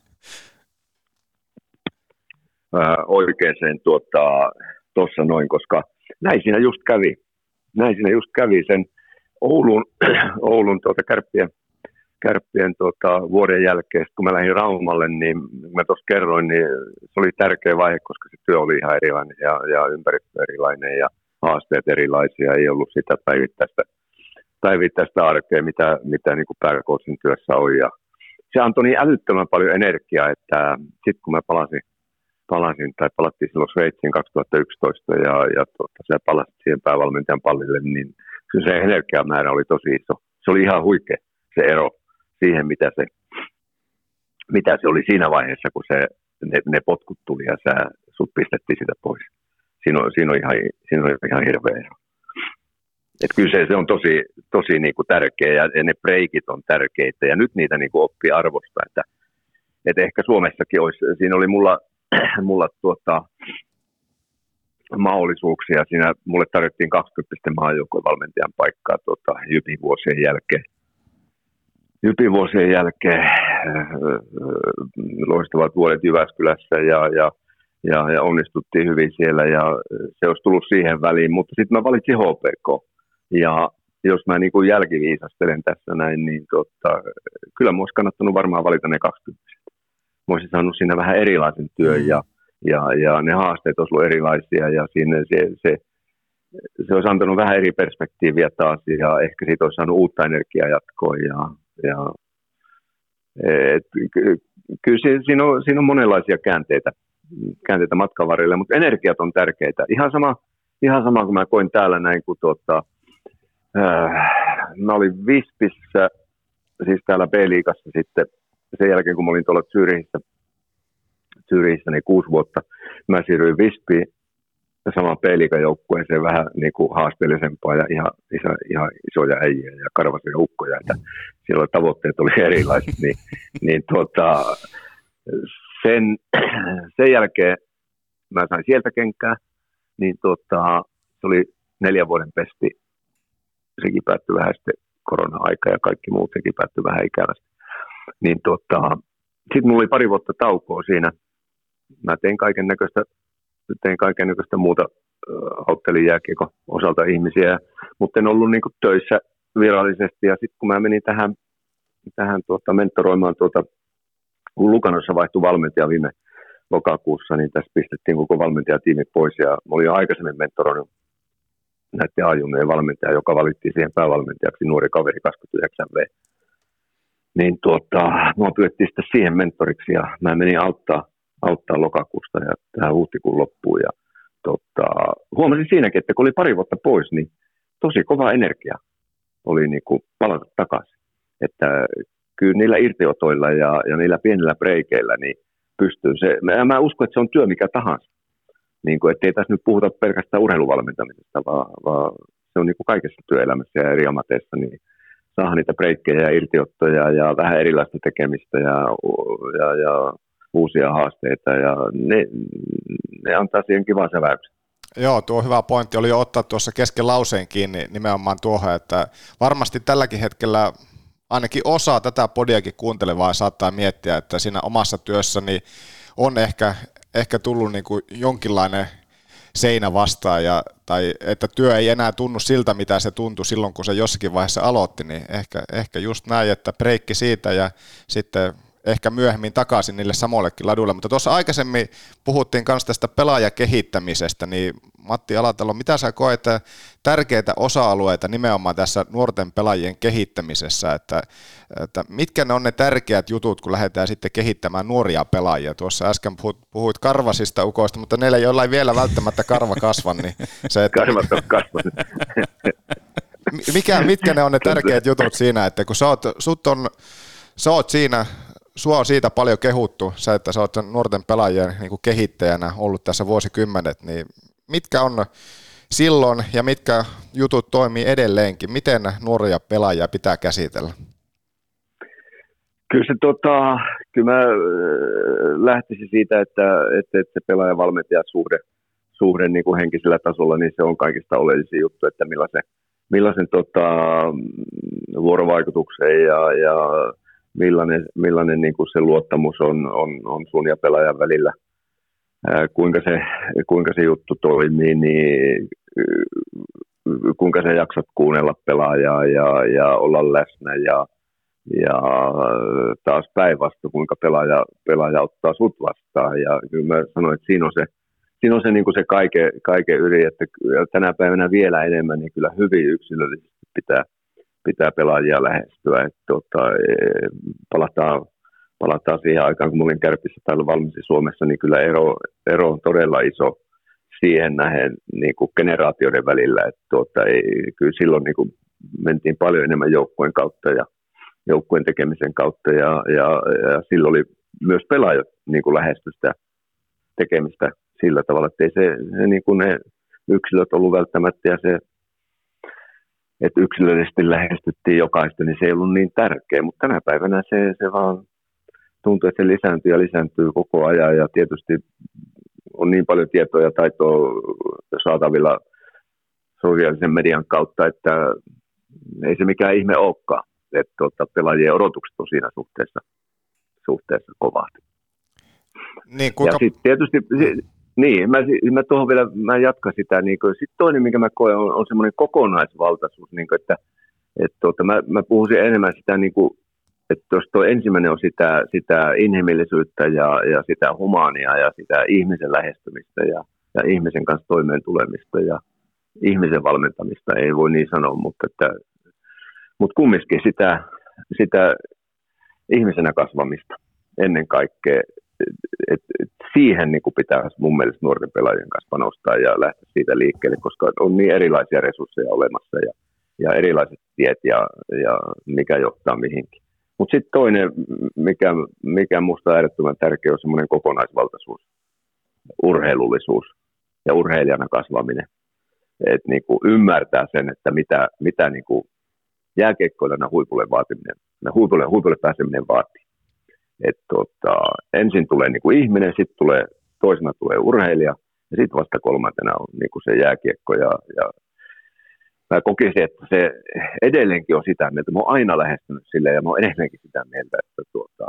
Oikeeseen tuossa noin, koska näin siinä just kävi sen Oulun kärppien vuoden jälkeen, kun mä lähdin Raumalle, niin mä tuossa kerroin, niin se oli tärkeä vaihe, koska se työ oli ihan erilainen ja ympäristö erilainen ja haasteet erilaisia, ei ollut sitä päivittäistä arkea, mitä niin kuin pääkoutsin työssä on. Ja se antoi niin älyttömän paljon energiaa, että sitten kun mä palattiin silloin Sveitsiin 2011 ja sä palasit siihen päävalmentajan pallille, niin se energiamäärä oli tosi iso. Se oli ihan huikea se ero siihen, mitä se oli siinä vaiheessa, kun ne potkut tuli ja sut pistettiin sitä pois. Siinä on ihan hirveä ero. Että kyllä se on tosi niin kuin tärkeä ja ne breikit on tärkeitä ja nyt niitä niin kuin oppii arvostaa, että ehkä Suomessakin olisi, siinä oli mulla mahdollisuuksia, siinä mulle tarjottiin 20 maajoukkueen valmentajan paikkaa Jypin vuosien jälkeen loistavat vuodet Jyväskylässä ja onnistuttiin hyvin siellä ja se olisi tullut siihen väliin, mutta sitten mä valitsin HPK. Ja jos mä niin kuin jälkiviisastelen tässä näin, niin kyllä mun olisi kannattanut varmaan valita ne 20. Mä olisin saanut siinä vähän erilaisen työn ja ne haasteet olisi ollut erilaisia ja siinä se olisi antanut vähän eri perspektiiviä taas ja ehkä siitä olisi saanut uutta energiaa jatkoa kyllä siinä on monenlaisia käänteitä matkan varrelle, mutta energiat on tärkeitä. Ihan sama kuin mä koin täällä näin, kun mä olin Vispissä, siis täällä B-liigassa sitten, sen jälkeen kun mä olin tuolla Zyrihissä niin 6 vuotta, mä siirryin Vispiin samaan B-liigan joukkueeseen vähän niin kuin haasteellisempaa ja ihan isoja äijä ja karvaisia ukkoja, että silloin tavoitteet oli erilaiset, sen jälkeen mä sain sieltä kenkää, niin se oli 4 vuoden pesti, sekin päättyi vähän sitten korona-aika ja kaikki muut, sekin päättyi vähän ikävästi. Niin sitten mulla oli 2 vuotta taukoa siinä, mä tein kaiken näköistä muuta, auttelin jääkiekon osalta ihmisiä, mutta en ollut niin kuin töissä virallisesti ja sitten kun mä menin tähän mentoroimaan kun Luganossa vaihtui valmentaja viime lokakuussa, niin tässä pistettiin koko valmentajatiimi pois ja mä olin jo aikaisemmin mentoroinut näiden A-junnojen valmentaja, joka valittiin siihen päävalmentajaksi, nuori kaveri 29V. Niin mua pyydettiin sitten siihen mentoriksi ja mä menin auttaa lokakuusta ja tähän huhtikuun loppuun ja huomasin siinäkin, että kun oli 2 vuotta pois, niin tosi kova energia oli niin kuin palata takaisin. Että kyllä niillä irtiotoilla ja niillä pienillä breikeillä niin pystyy se. Mä uskon, että se on työ mikä tahansa. Niin kuin, ettei tässä nyt puhuta pelkästään urheiluvalmentamisesta, vaan se on niin kuin kaikessa työelämässä ja eri ammateissa, niin saada niitä breikkejä ja irtiottoja ja vähän erilaista tekemistä ja uusia haasteita ja ne antaa siihen kivan säväyksen. Joo, tuo hyvä pointti oli jo ottaa tuossa kesken lauseen kiinni nimenomaan tuohon, että varmasti tälläkin hetkellä ainakin osa tätä podiakin kuuntelevaa saattaa miettiä, että siinä omassa työssäni on ehkä tullut niin kuin jonkinlainen seinä vastaan, tai että työ ei enää tunnu siltä, mitä se tuntui silloin, kun se jossakin vaiheessa aloitti, niin ehkä just näin, että breikki siitä ja sitten ehkä myöhemmin takaisin niille samoillekin laduille. Mutta tuossa aikaisemmin puhuttiin myös tästä pelaajakehittämisestä, niin Matti Alatalo, mitä sä koet tärkeitä osa-alueita nimenomaan tässä nuorten pelaajien kehittämisessä, että mitkä ne on ne tärkeät jutut, kun lähdetään sitten kehittämään nuoria pelaajia? Tuossa äsken puhuit karvasista ukoista, mutta neillä joilla ei vielä välttämättä karva kasva, niin se, että karvat on kasvanut. Mitkä ne on ne tärkeät jutut siinä, että kun sä oot siinä, sua on siitä paljon kehuttu, että sä oot nuorten pelaajien niin kuin kehittäjänä ollut tässä vuosikymmenet, niin mitkä on silloin ja mitkä jutut toimii edelleenkin? Miten nuoria pelaajia pitää käsitellä? Kyllä kyllä mä lähtisin siitä, että se pelaaja-valmentaja-suhde niin kuin henkisellä tasolla, niin se on kaikista oleellisin juttu, että millaisen vuorovaikutuksen ja millainen niin kuin se luottamus on sun ja pelaajan välillä. Kuinka se juttu toimii, niin kuinka sä jaksat kuunnella pelaajaa ja olla läsnä ja taas päinvastoin, kuinka pelaaja ottaa sut vastaan. Ja kyllä mä sanoin, että siinä on se, niin kuin se kaiken yli, että tänä päivänä vielä enemmän, niin kyllä hyvin yksilöllisesti pitää pelaajia lähestyä. Palataan siihen aikaan, kun mä olin Kärpissä täällä valmiiksi Suomessa, niin kyllä ero on todella iso siihen nähden niin kuin generaatioiden välillä. Kyllä silloin niin kuin mentiin paljon enemmän joukkueen kautta ja joukkueen tekemisen kautta ja silloin oli myös pelaajat niin kuin lähesty sitä tekemistä sillä tavalla, että ei se niin kuin ne yksilöt ollut välttämättä ja se, että yksilöllisesti lähestyttiin jokaista, niin se ei ollut niin tärkeä, mutta tänä päivänä se vaan tuntuu, että se lisääntyy koko ajan ja tietysti on niin paljon tietoa ja taitoa saatavilla sosiaalisen median kautta, että ei se mikään ihme olekaan, että pelaajien odotukset on siinä suhteessa kovat. Niin, ja sitten tietysti, Niin, mä tuohon vielä, mä jatkan sitä. Niin sitten toinen, mikä mä koen, on semmoinen kokonaisvaltaisuus, niin kuin, että mä puhuisin enemmän sitä, niin kuin, että jos tuo ensimmäinen on sitä inhimillisyyttä ja sitä humaania ja sitä ihmisen lähestymistä ja ihmisen kanssa toimeen tulemista ja ihmisen valmentamista, ei voi niin sanoa, mutta kumminkin sitä ihmisenä kasvamista ennen kaikkea. Et siihen niin kuin pitää mun mielestä nuorten pelaajien kanssa panostaa ja lähteä siitä liikkeelle, koska on niin erilaisia resursseja olemassa ja erilaiset tiet ja mikä johtaa mihinkin. Mutta sitten toinen, mikä musta on äärettömän tärkeä, on semmoinen kokonaisvaltaisuus, urheilullisuus ja urheilijana kasvaminen. Että niinku ymmärtää sen, että mitä niinku jääkiekkoilijana huipulle pääseminen vaatii. Ensin tulee niinku ihminen, sitten toisena tulee urheilija ja sitten vasta kolmantena on niinku se jääkiekko. Ja mä kokisin, että se edelleenkin on sitä mieltä. Mä oon aina lähestynyt silleen ja mä oon edelleenkin sitä mieltä, että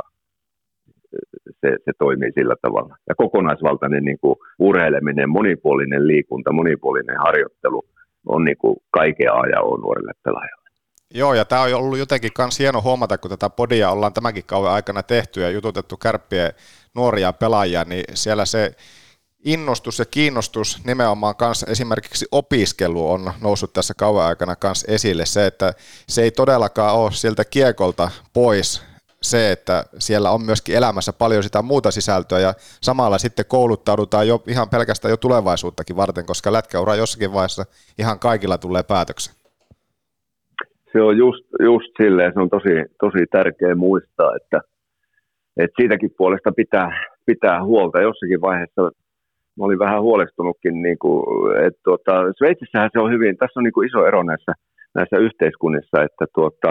se toimii sillä tavalla. Ja kokonaisvaltainen niinku urheileminen, monipuolinen liikunta, monipuolinen harjoittelu on niinku kaiken A ja O nuorille pelaajalle. Joo, ja tämä on ollut jotenkin myös hieno huomata, kun tätä podia ollaan tämänkin kauden aikana tehty ja jututettu Kärppien nuoria pelaajia, niin siellä se innostus ja kiinnostus nimenomaan kanssa esimerkiksi opiskelu on noussut tässä kauden aikana kanssa esille. Se, että se ei todellakaan ole sieltä kiekolta pois se, että siellä on myöskin elämässä paljon sitä muuta sisältöä ja samalla sitten kouluttaudutaan jo ihan pelkästään jo tulevaisuuttakin varten, koska lätkäura jossakin vaiheessa ihan kaikilla tulee päätöksen. Se on just silleen, se on tosi tärkeä muistaa, että siitäkin puolesta pitää huolta. Jossakin vaiheessa mä olin vähän huolestunutkin, niin kuin, että Sveitsissähän se on hyvin, tässä on niin kuin iso ero näissä yhteiskunnissa, että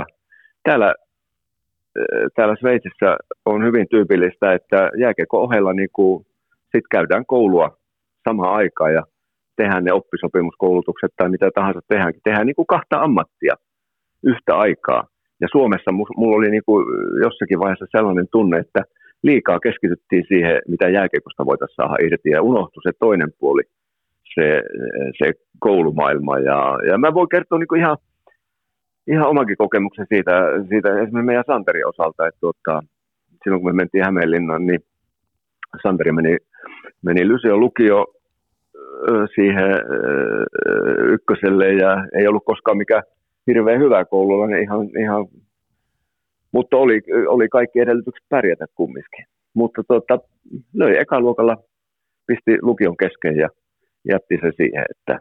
täällä Sveitsissä on hyvin tyypillistä, että jääkiekon ohella niin kuin, sit käydään koulua samaan aikaan ja tehdään ne oppisopimuskoulutukset tai mitä tahansa tehdään niin kuin kahta ammattia yhtä aikaa. Ja Suomessa mulla oli niin kuin jossakin vaiheessa sellainen tunne, että liikaa keskityttiin siihen, mitä jääkiekosta voitaisiin saada irti ja unohtui se toinen puoli, se koulumaailma. Ja mä voin kertoa niin kuin ihan omankin kokemuksen siitä esimerkiksi meidän Santerin osalta, että silloin kun me mentiin Hämeenlinnaan, niin Santeri meni Lyseon lukio siihen ykköselle ja ei ollut koskaan mikään hirveän hyvä koululainen ihan mutta oli kaikki edellytykset pärjätä kumminkin. Mutta löi ekaluokalla, pisti lukion kesken ja jätti se siihen, että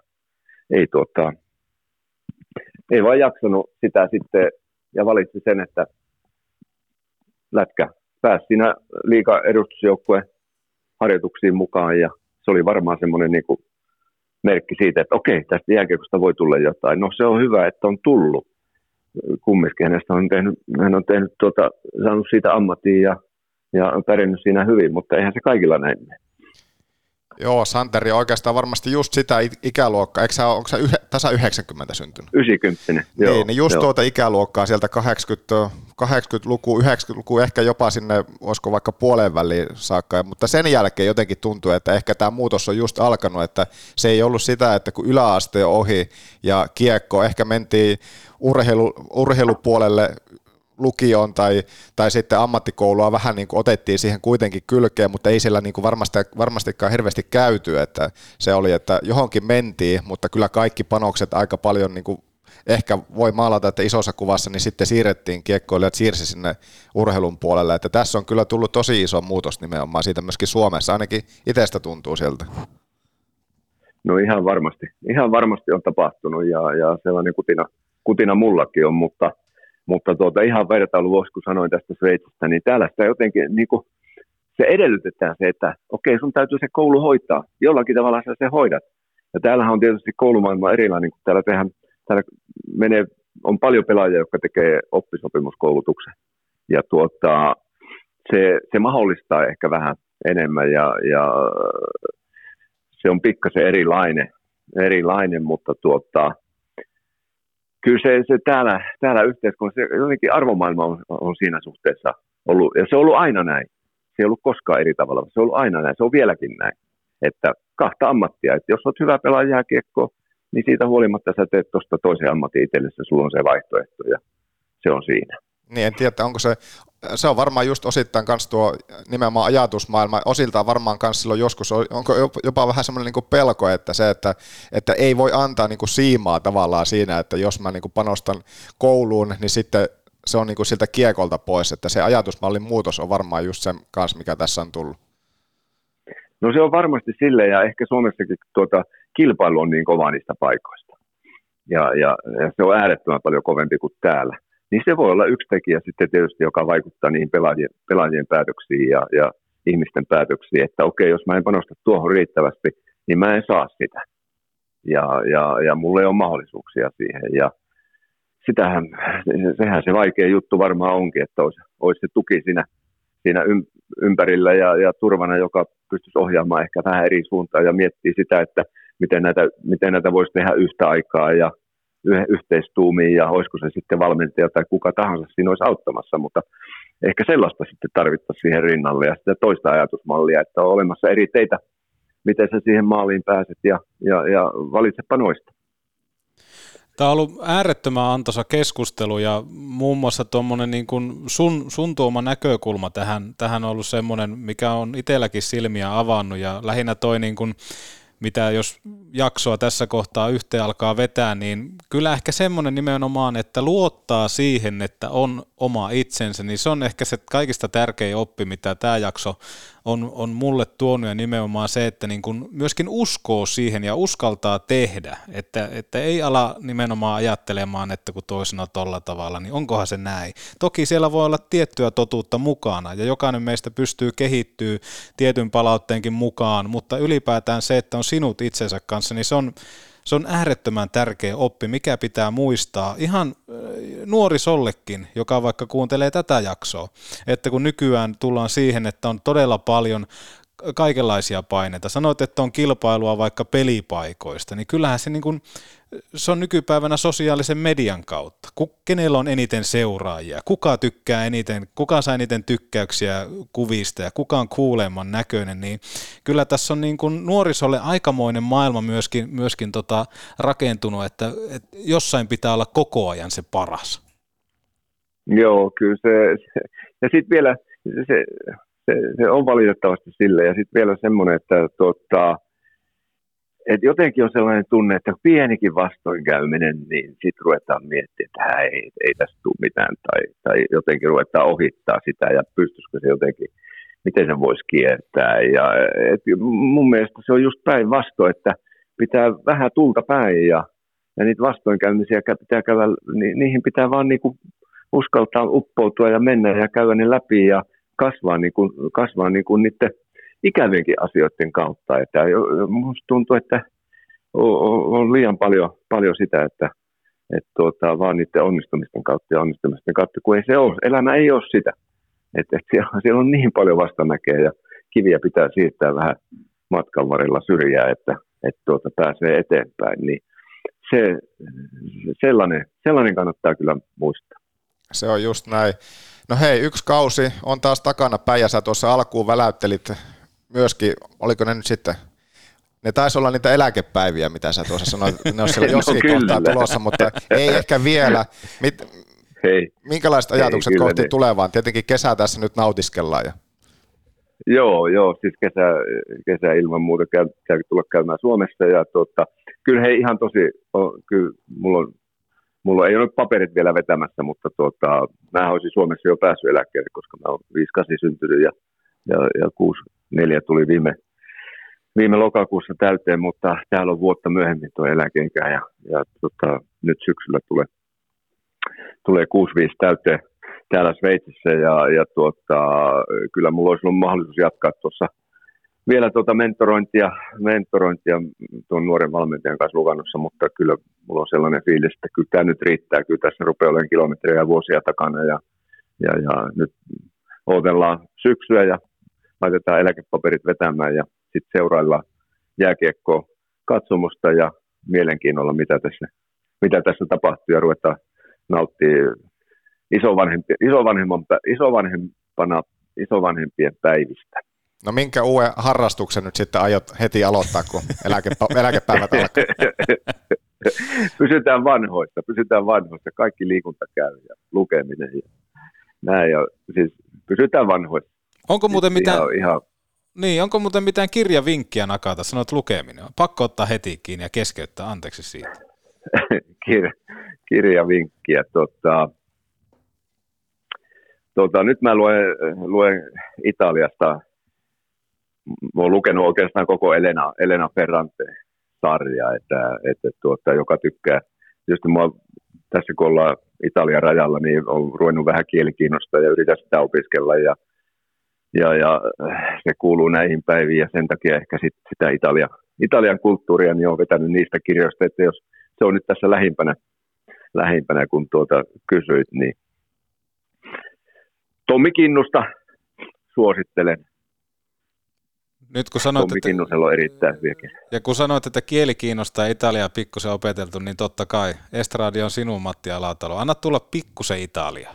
ei vaan jaksanut sitä sitten ja valitsi sen, että lätkä pääsi siinä liigan edustusjoukkueen harjoituksiin mukaan ja se oli varmaan semmoinen niin kuin merkki siitä, että okei, tästä jääkiekosta voi tulla jotain. No se on hyvä, että on tullut. Kumminkin hän on tehnyt saanut siitä ammattiin ja on pärjännyt siinä hyvin, mutta eihän se kaikilla näin mene. Joo, Santeri on oikeastaan varmasti just sitä ikäluokkaa, onko sä tasa 90 syntynyt? 90, joo. Niin just joo. Tuota ikäluokkaa sieltä 80-luku, 90-luku, ehkä jopa sinne, olisiko vaikka puoleen väliin saakka, mutta sen jälkeen jotenkin tuntuu, että ehkä tämä muutos on just alkanut, että se ei ollut sitä, että kun yläaste on ohi ja kiekko, ehkä mentiin urheilupuolelle lukioon tai sitten ammattikoulua vähän niin kuin otettiin siihen kuitenkin kylkeen, mutta ei siellä niin kuin varmastikaan hirveästi käyty, että se oli, että johonkin mentiin, mutta kyllä kaikki panokset aika paljon niin kuin ehkä voi maalata, että isossa kuvassa niin sitten siirrettiin kiekkoilijat siirsi sinne urheilun puolelle, että tässä on kyllä tullut tosi iso muutos nimenomaan siitä myöskin Suomessa, ainakin itsestä tuntuu sieltä. No ihan varmasti on tapahtunut ja sellainen kutina mullakin on, mutta ihan vertailuvuosi, kun sanoin tästä Sveitsistä, niin täällä sitä jotenkin niin kuin, se edellytetään se, että okei, sun täytyy se koulu hoitaa. Jollakin tavalla sä se hoidat. Ja täällähän on tietysti koulumaailma erilainen, kun täällä on paljon pelaajia, jotka tekee oppisopimuskoulutuksen. Ja se mahdollistaa ehkä vähän enemmän ja se on pikkasen erilainen mutta kyllä se täällä yhteiskunnassa, jotenkin arvomaailma on siinä suhteessa ollut, ja se on ollut aina näin. Se ei ollut koskaan eri tavalla, se on ollut aina näin, se on vieläkin näin. että kahta ammattia, että jos olet hyvä pelaaja jääkiekkoa, niin siitä huolimatta sä teet tuosta toisen ammatin itsellesi, sulla on se vaihtoehto ja se on siinä. Niin en tiedä, onko se on varmaan just osittain kans tuo nimenomaan ajatusmaailma, osiltaan varmaan kans silloin joskus, onko jopa vähän semmoinen niinku pelko, että se, että ei voi antaa niinku siimaa tavallaan siinä, että jos mä niinku panostan kouluun, niin sitten se on niinku siltä kiekolta pois, että se ajatusmallin muutos on varmaan just sen kanssa, mikä tässä on tullut. No se on varmasti silleen, ja ehkä Suomessakin kilpailu on niin kova niistä paikoista. Ja se on äärettömän paljon kovempi kuin täällä. Niin se voi olla yksi tekijä sitten tietysti, joka vaikuttaa niihin pelaajien päätöksiin ja ihmisten päätöksiin, että okei, jos mä en panosta tuohon riittävästi, niin mä en saa sitä. Ja mulla ei ole mahdollisuuksia siihen. Ja sehän se vaikea juttu varmaan onkin, että olisi se tuki siinä ympärillä ja turvana, joka pystyisi ohjaamaan ehkä vähän eri suuntaan ja miettii sitä, että miten näitä voisi tehdä yhtä aikaa ja yhteistuumiin ja olisiko se sitten valmentaja tai kuka tahansa siinä olisi auttamassa, mutta ehkä sellaista sitten tarvittaisiin siihen rinnalle ja sitä toista ajatusmallia, että on olemassa eri teitä, miten sä siihen maaliin pääset ja valitsepa noista. Tämä on ollut äärettömän antoisa keskustelu ja muun muassa tuommoinen niin kuin sun tuoma näkökulma tähän on ollut semmoinen, mikä on itselläkin silmiä avannut ja lähinnä toi niin kuin, mitä jos jaksoa tässä kohtaa yhteen alkaa vetää, niin kyllä ehkä semmoinen nimenomaan, että luottaa siihen, että on oma itsensä, niin se on ehkä se kaikista tärkein oppi, mitä tämä jakso on mulle tuonut ja nimenomaan se, että niin kun myöskin uskoo siihen ja uskaltaa tehdä, että ei ala nimenomaan ajattelemaan, että kun toisena tolla tavalla, niin onkohan se näin. Toki siellä voi olla tiettyä totuutta mukana ja jokainen meistä pystyy kehittyä tietyn palautteenkin mukaan, mutta ylipäätään se, että on sinut itsensä kanssa, niin se on äärettömän tärkeä oppi, mikä pitää muistaa ihan nuorisollekin, joka vaikka kuuntelee tätä jaksoa, että kun nykyään tullaan siihen, että on todella paljon kaikenlaisia paineita. Sanoit, että on kilpailua vaikka pelipaikoista, niin kyllähän se, niin kuin, se on nykypäivänä sosiaalisen median kautta. Kenellä on eniten seuraajia, kuka tykkää eniten, kuka saa eniten tykkäyksiä kuvista ja kuka on kuulemman näköinen, niin kyllä tässä on niin kuin nuorisolle aikamoinen maailma myöskin rakentunut, että jossain pitää olla koko ajan se paras. Joo, kyllä se ja sitten vielä se on valitettavasti sille. Ja sitten vielä semmoinen, että jotenkin on sellainen tunne, että pienikin vastoinkäyminen, niin sitten ruvetaan miettimään, että ei tästä tule mitään. Tai jotenkin ruvetaan ohittaa sitä ja pystyisikö se jotenkin, miten se voisi kiertää. Ja mun mielestä se on just päinvastoin, että pitää vähän tulta päin ja niitä vastoinkäymisiä pitää käydä, niihin pitää vaan niinku uskaltaa uppoutua ja mennä ja käydä ne läpi ja kasvaa niin kuin niiden ikävienkin asioiden kautta. Että musta tuntuu, että on liian paljon sitä, että vaan niiden onnistumisten kautta, kun ei se ole, elämä ei ole sitä. Että siellä on niin paljon vastamäkeä ja kiviä pitää siirtää vähän matkan varrella syrjää, että pääsee eteenpäin. Niin sellainen kannattaa kyllä muistaa. Se on just näin. No hei, yksi kausi on taas takana päin ja sä tuossa alkuun väläyttelit myöskin, oliko ne nyt sitten, ne taisi olla niitä eläkepäiviä, mitä sä tuossa sanoit, ne on siellä jossakin kohtaa tulossa, mutta ei ehkä vielä. Minkälaiset ajatukset kohti tulevaan? Tietenkin kesää tässä nyt nautiskellaan. Joo, siis kesä ilman muuta pitää tulla käymään Suomessa ja kyllä hei ihan tosi, kyllä mulla ei ole paperit vielä vetämässä, mutta mä olisin Suomessa jo päässyt eläkkeelle, koska mä olen 58 syntynyt ja 64 tuli viime lokakuussa täyteen, mutta täällä on vuotta myöhemmin tuo eläkeikä ja nyt syksyllä tulee 65 täyteen täällä Sveitsissä ja kyllä mulla olisi ollut mahdollisuus jatkaa tuossa vielä mentorointia tuon nuoren valmentajan kanssa Luganossa, mutta kyllä mulla on sellainen fiilis, että kyllä tämä nyt riittää. Kyllä tässä rupeaa olemaan kilometrejä ja vuosia takana ja nyt odotellaan syksyä ja laitetaan eläkepaperit vetämään ja sitten seuraillaan jääkiekkoa katsomusta ja mielenkiinnolla, mitä tässä tapahtuu ja ruvetaan nauttimaan isovanhempien päivistä. No minkä uuden harrastuksen nyt sitten aiot heti aloittaa, kun eläkepäivät alkaa? Pysytään vanhoissa. Kaikki liikunta käy ja lukeminen ja näin. Ja siis pysytään vanhoissa. Onko muuten mitään... Ihan... Niin, onko muuten mitään kirjavinkkiä Nakata? Sanoit lukeminen. Pakko ottaa heti kiinni ja keskeyttää. Anteeksi siitä. Kirjavinkkiä. Nyt mä luen Italiasta. Mä oon lukenut oikeastaan koko Elena Ferrante-sarjaa, että joka tykkää. Tietysti mua tässä kun ollaan Italian rajalla, niin on ruvennut vähän kielikiinnostaa ja yritän sitä opiskella ja se kuuluu näihin päiviin ja sen takia ehkä sitä Italian kulttuuria niin olen vetänyt niistä kirjoista, että jos se on nyt tässä lähimpänä kun kysyit, niin Tommi Kinnusta suosittelen. Nyt kun sanoit, Tommi Kinnusella on erittäin hyviä kirjoja. Ja kun sanoit, että kieli kiinnostaa Italiaa pikkusen opeteltu, niin totta kai Estradi on sinun, Matti Alatalo. Anna tulla pikkusen Italiaa.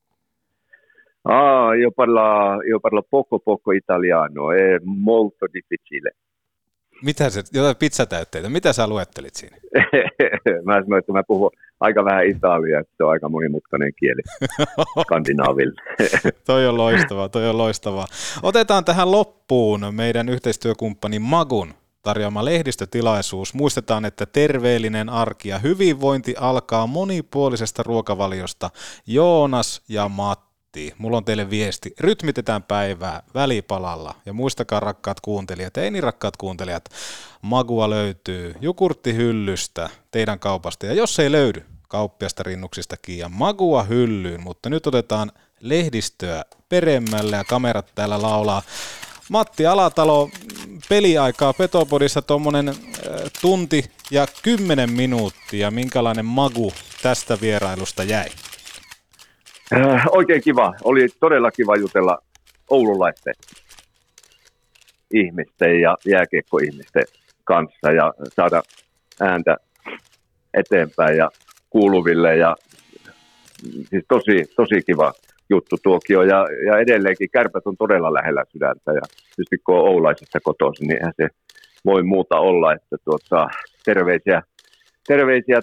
Io parlo poco italiano, è molto difficile. Mitä se, jotain pizzatäytteitä, mitä sä luettelit siinä? Mä sanoin, että mä puhun aika vähän italiaa, että se on aika monimutkainen kieli skandinaaville. Toi on loistavaa. Otetaan tähän loppuun meidän yhteistyökumppani Magun tarjoama lehdistötilaisuus. Muistetaan, että terveellinen arki ja hyvinvointi alkaa monipuolisesta ruokavaliosta. Joonas ja Matti. Mulla on teille viesti. Rytmitetään päivää välipalalla. Ja muistakaa rakkaat kuuntelijat, ei niin rakkaat kuuntelijat, Magua löytyy jogurttihyllystä teidän kaupasta. Ja jos ei löydy, kauppiasta rinnuksistakin ja Magua hyllyyn. Mutta nyt otetaan lehdistöä peremmälle ja kamerat täällä laulaa. Matti Alatalo, peliaikaa Petopodissa tuommoinen tunti ja 10 minuuttia. Minkälainen magu tästä vierailusta jäi? Oikein kiva. Oli todella kiva jutella oululaisten ihmisten ja jääkiekkoihmisten kanssa ja saada ääntä eteenpäin ja kuuluville. Ja siis tosi kiva juttu tuokio ja edelleenkin Kärpät on todella lähellä sydäntä ja tietysti kun on oulaisesta kotoisin, niin eihän se voi muuta olla, että terveisiä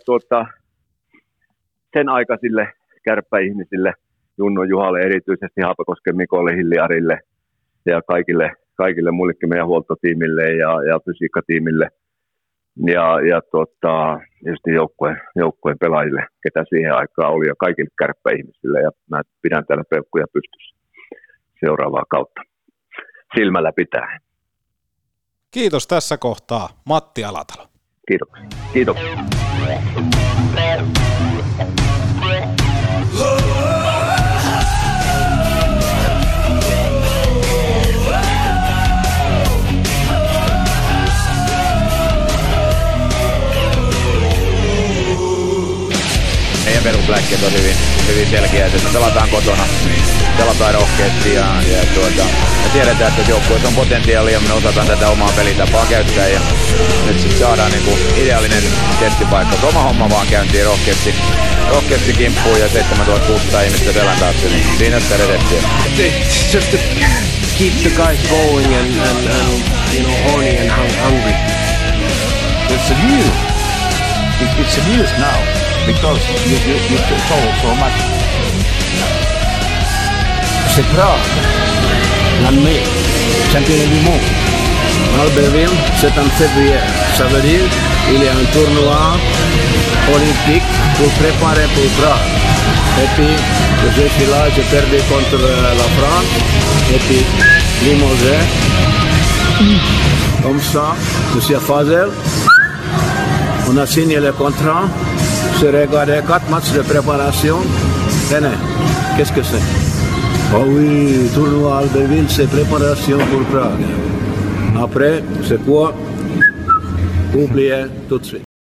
sen aikaisille kärppäihmisille, Junno Juhalle erityisesti, Haapakosken Mikolle, Hilli Arille ja kaikille muillekin meidän huoltotiimille ja fysiikkatiimille ja tietysti joukkueen pelaajille, ketä siihen aikaan oli ja kaikille kärppäihmisille ja mä pidän täällä peukkuja pystyssä seuraavaa kautta silmällä pitää. Kiitos tässä kohtaa, Matti Alatalo. Kiitos. Meidän perusläkkeet on hyvin selkeät, että pelataan kotona, pelataan rohkeasti ja me tiedetään, että joukkueessa on potentiaalia ja me osataan tätä omaa pelitapaa käyttää ja nyt sitten saadaan niinku ideaalinen testipaikka. Oma homma vaan käyntiin rohkeasti kimppuun ja 7600 ihmistä selän taakse, niin siinä sitä redettiä. It's just to keep the guys going and horny and hungry. It's a news. It's a news now. Because you told so much. C'est Prague, l'année, championnat du monde. Albertville, c'est en février. Ça veut dire qu'il y a un tournoi olympique pour préparer pour Prague. Et puis, je suis là, j'ai perdu contre la France. Et puis, limogé. Comme ça, je suis à Fazel. On a signé le contrat. J'ai regardé 4 matchs de préparation. Tenez, qu'est-ce que c'est? Oh oui, tournoi Albertville, c'est préparation pour Prague. Après, c'est quoi? Oubliez tout de suite.